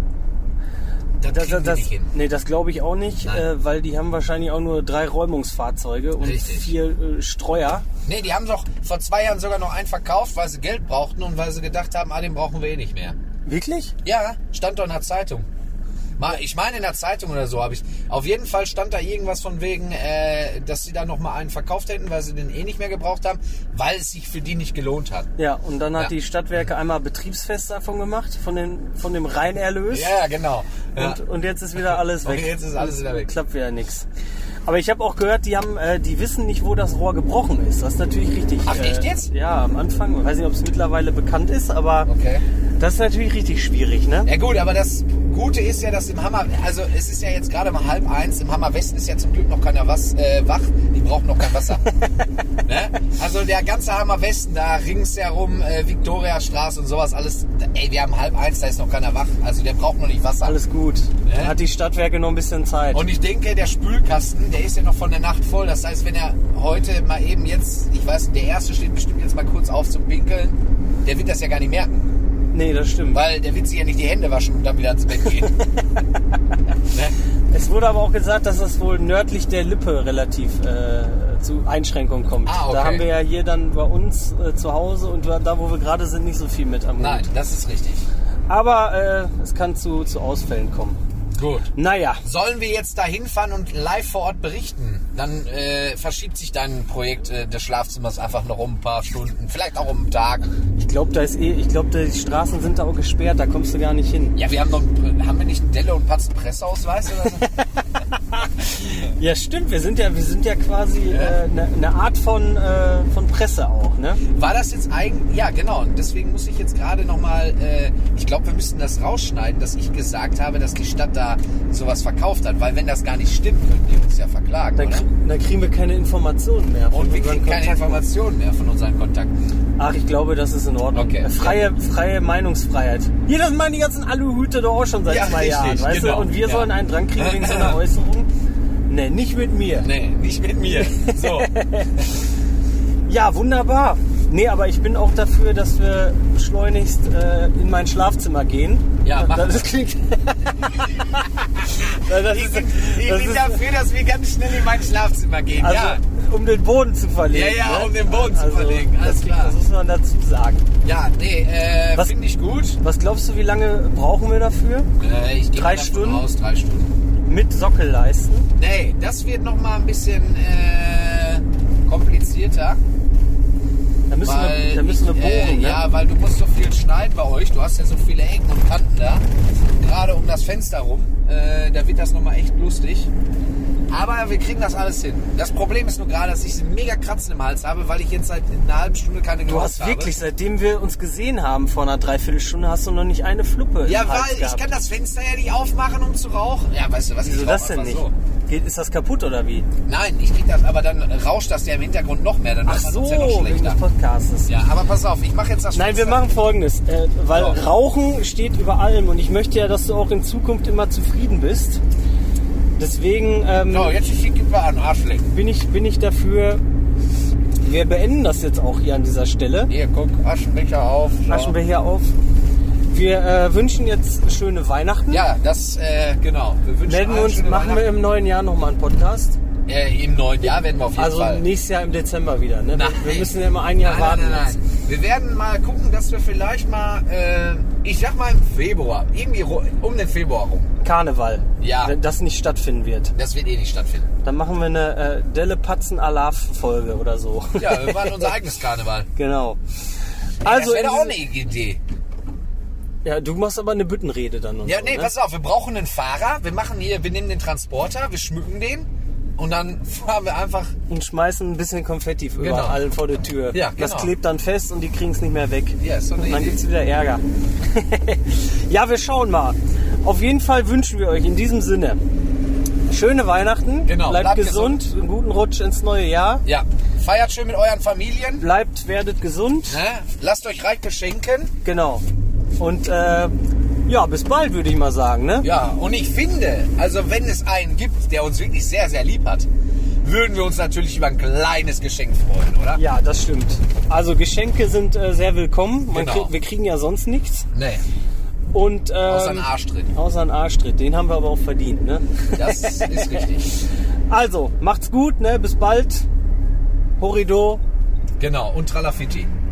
Nee, das glaube ich auch nicht, weil die haben wahrscheinlich auch nur 3 Räumungsfahrzeuge und 4 Streuer. Nee, die haben doch vor 2 Jahren sogar noch einen verkauft, weil sie Geld brauchten und weil sie gedacht haben, den brauchen wir eh nicht mehr. Wirklich? Ja, stand doch in der Zeitung. Ich meine in der Zeitung oder so habe ich. Auf jeden Fall stand da irgendwas von wegen, dass sie da nochmal einen verkauft hätten, weil sie den eh nicht mehr gebraucht haben, weil es sich für die nicht gelohnt hat. Ja, und dann hat die Stadtwerke einmal Betriebsfest davon gemacht, von dem Reinerlös. Ja, genau. Ja. Und jetzt ist wieder alles weg. Und jetzt ist alles wieder weg. Klappt wieder nichts. Aber ich habe auch gehört, die wissen nicht, wo das Rohr gebrochen ist. Das ist natürlich richtig. Ach, echt jetzt? Ja, am Anfang. Ich weiß nicht, ob es mittlerweile bekannt ist, aber das ist natürlich richtig schwierig, ne? Ja gut, aber das Gute ist ja, dass im Hammer, also es ist ja jetzt gerade mal 12:30, im Hammer Westen ist ja zum Glück noch keiner wach, die brauchen noch kein Wasser. Ne? Also der ganze Hammer Westen, da ringsherum, Viktoriastraße und sowas, alles, wir haben 12:30, da ist noch keiner wach, also der braucht noch nicht Wasser. Alles gut, ne? Hat die Stadtwerke noch ein bisschen Zeit. Und ich denke, der Spülkasten, der ist ja noch von der Nacht voll, das heißt, wenn er heute mal eben jetzt, ich weiß, der Erste steht bestimmt jetzt mal kurz auf zum Pinkeln, der wird das ja gar nicht merken. Nee, das stimmt. Weil der wird sich ja nicht die Hände waschen und dann wieder ins Bett gehen. Ne? Es wurde aber auch gesagt, dass das wohl nördlich der Lippe relativ zu Einschränkungen kommt. Ah, okay. Da haben wir ja hier dann bei uns zu Hause und da, wo wir gerade sind, nicht so viel mit am Hut. Nein, das ist richtig. Aber es kann zu Ausfällen kommen. Gut. Naja. Sollen wir jetzt da hinfahren und live vor Ort berichten? Dann verschiebt sich dein Projekt des Schlafzimmers einfach noch um ein paar Stunden, vielleicht auch um einen Tag. Ich glaube, die Straßen sind da auch gesperrt, da kommst du gar nicht hin. Ja, haben wir nicht einen Delle- und Patzen-Presseausweis oder so? Ja, stimmt, wir sind ja quasi eine Art von Presse auch, ne? War das jetzt eigentlich, ja genau, und deswegen muss ich jetzt gerade nochmal, ich glaube, wir müssen das rausschneiden, dass ich gesagt habe, dass die Stadt da sowas verkauft hat, weil wenn das gar nicht stimmt, können die uns ja verklagen, oder? Dann kriegen wir keine Informationen mehr. Und wir kriegen keine Informationen mehr von unseren Kontakten. Ach, ich glaube, das ist in Ordnung. Okay. Freie Meinungsfreiheit. Hier, das machen die ganzen Aluhüte doch auch schon seit 2 Jahren, weißt du? Und wir sollen einen dran kriegen wegen so einer Äußerung. Nee, nicht mit mir. Nee, nicht mit mir. So. Ja, wunderbar. Nee, aber ich bin auch dafür, dass wir schleunigst in mein Schlafzimmer gehen. Ja, mach das klingt. Ich bin dafür, dass wir ganz schnell in mein Schlafzimmer gehen. Also, ja. um den Boden zu verlegen. Ja, ne? um den Boden zu verlegen. Alles klar. Das muss man dazu sagen. Ja, nee, finde ich gut. Was glaubst du, wie lange brauchen wir dafür? Ich gehe 3 davon Stunden? aus, 3 Stunden. Mit Sockelleisten? Nee, das wird nochmal ein bisschen komplizierter. Da müssen wir bohren, ne? Ja, weil du musst so viel schneiden bei euch. Du hast ja so viele Ecken und Kanten da. Gerade um das Fenster rum. Da wird das nochmal echt lustig. Aber wir kriegen das alles hin. Das Problem ist nur gerade, dass ich mega Kratzen im Hals habe, weil ich jetzt seit einer halben Stunde keine Du geraucht hast wirklich, seitdem wir uns gesehen haben vor einer Dreiviertelstunde, hast du noch nicht eine Fluppe Ja, im Hals weil gehabt. ich kann das Fenster ja nicht aufmachen, um zu rauchen. Ja, weißt du was? Wieso ich das rauch denn einfach nicht? So. Ist das kaputt oder wie? Nein, ich krieg das, aber dann rauscht das ja im Hintergrund noch mehr. Dann Ach macht man so, uns ja noch wegen schlechter. des Podcastes. Ja, aber pass auf, ich mache jetzt das Nein, wir Fenster. machen Folgendes, weil So. Rauchen steht über allem und ich möchte ja, dass du auch in Zukunft immer zufrieden bist. Deswegen So, jetzt gib wir an, Arschleck. bin ich dafür, wir beenden das jetzt auch hier an dieser Stelle. Hier, guck, Aschenbecher auf. So. Aschenbecher auf. Wir wünschen jetzt schöne Weihnachten. Ja, das, genau. Wir wünschen Melden wir allen uns, schöne machen wir im neuen Jahr nochmal einen Podcast. Im neuen Jahr werden wir auf jeden Also Fall. nächstes Jahr im Dezember wieder. Ne? Nein. Wir müssen ja immer ein Jahr warten. Nein. Wir werden mal gucken, dass wir vielleicht mal, ich sag mal im Februar, irgendwie um den Februar rum. Karneval. Ja. Wenn das nicht stattfinden wird. Das wird eh nicht stattfinden. Dann machen wir eine Delle-Patzen-Alaf-Folge oder so. Ja, wir machen unser eigenes Karneval. Genau. Also das wäre in doch auch diesem- eine Idee. Ja, du machst aber eine Büttenrede dann und Ja, so, nee, ne? pass auf, wir brauchen einen Fahrer. Wir nehmen den Transporter, wir schmücken den und dann fahren wir einfach. Und schmeißen ein bisschen Konfetti Genau. überall vor der Tür. Ja, Das genau. klebt dann fest und die kriegen es nicht mehr weg. Ja, ist so eine und dann Idee. gibt's wieder Ärger. Ja, wir schauen mal. Auf jeden Fall wünschen wir euch in diesem Sinne schöne Weihnachten. Genau, Bleibt bleibt gesund, einen guten Rutsch ins neue Jahr. Ja, feiert schön mit euren Familien. Werdet gesund. Ne? Lasst euch reich beschenken. Genau. Und ja, bis bald, würde ich mal sagen. Ne? Ja, und ich finde, also wenn es einen gibt, der uns wirklich sehr, sehr lieb hat, würden wir uns natürlich über ein kleines Geschenk freuen, oder? Ja, das stimmt. Also Geschenke sind sehr willkommen. Genau. Wir kriegen ja sonst nichts. Nee, Und, außer einen Arschtritt. Außer einen Arschtritt. Den haben wir aber auch verdient. Ne? Das ist richtig. Also, macht's gut. Ne? Bis bald. Horido. Genau, und Tralafitti.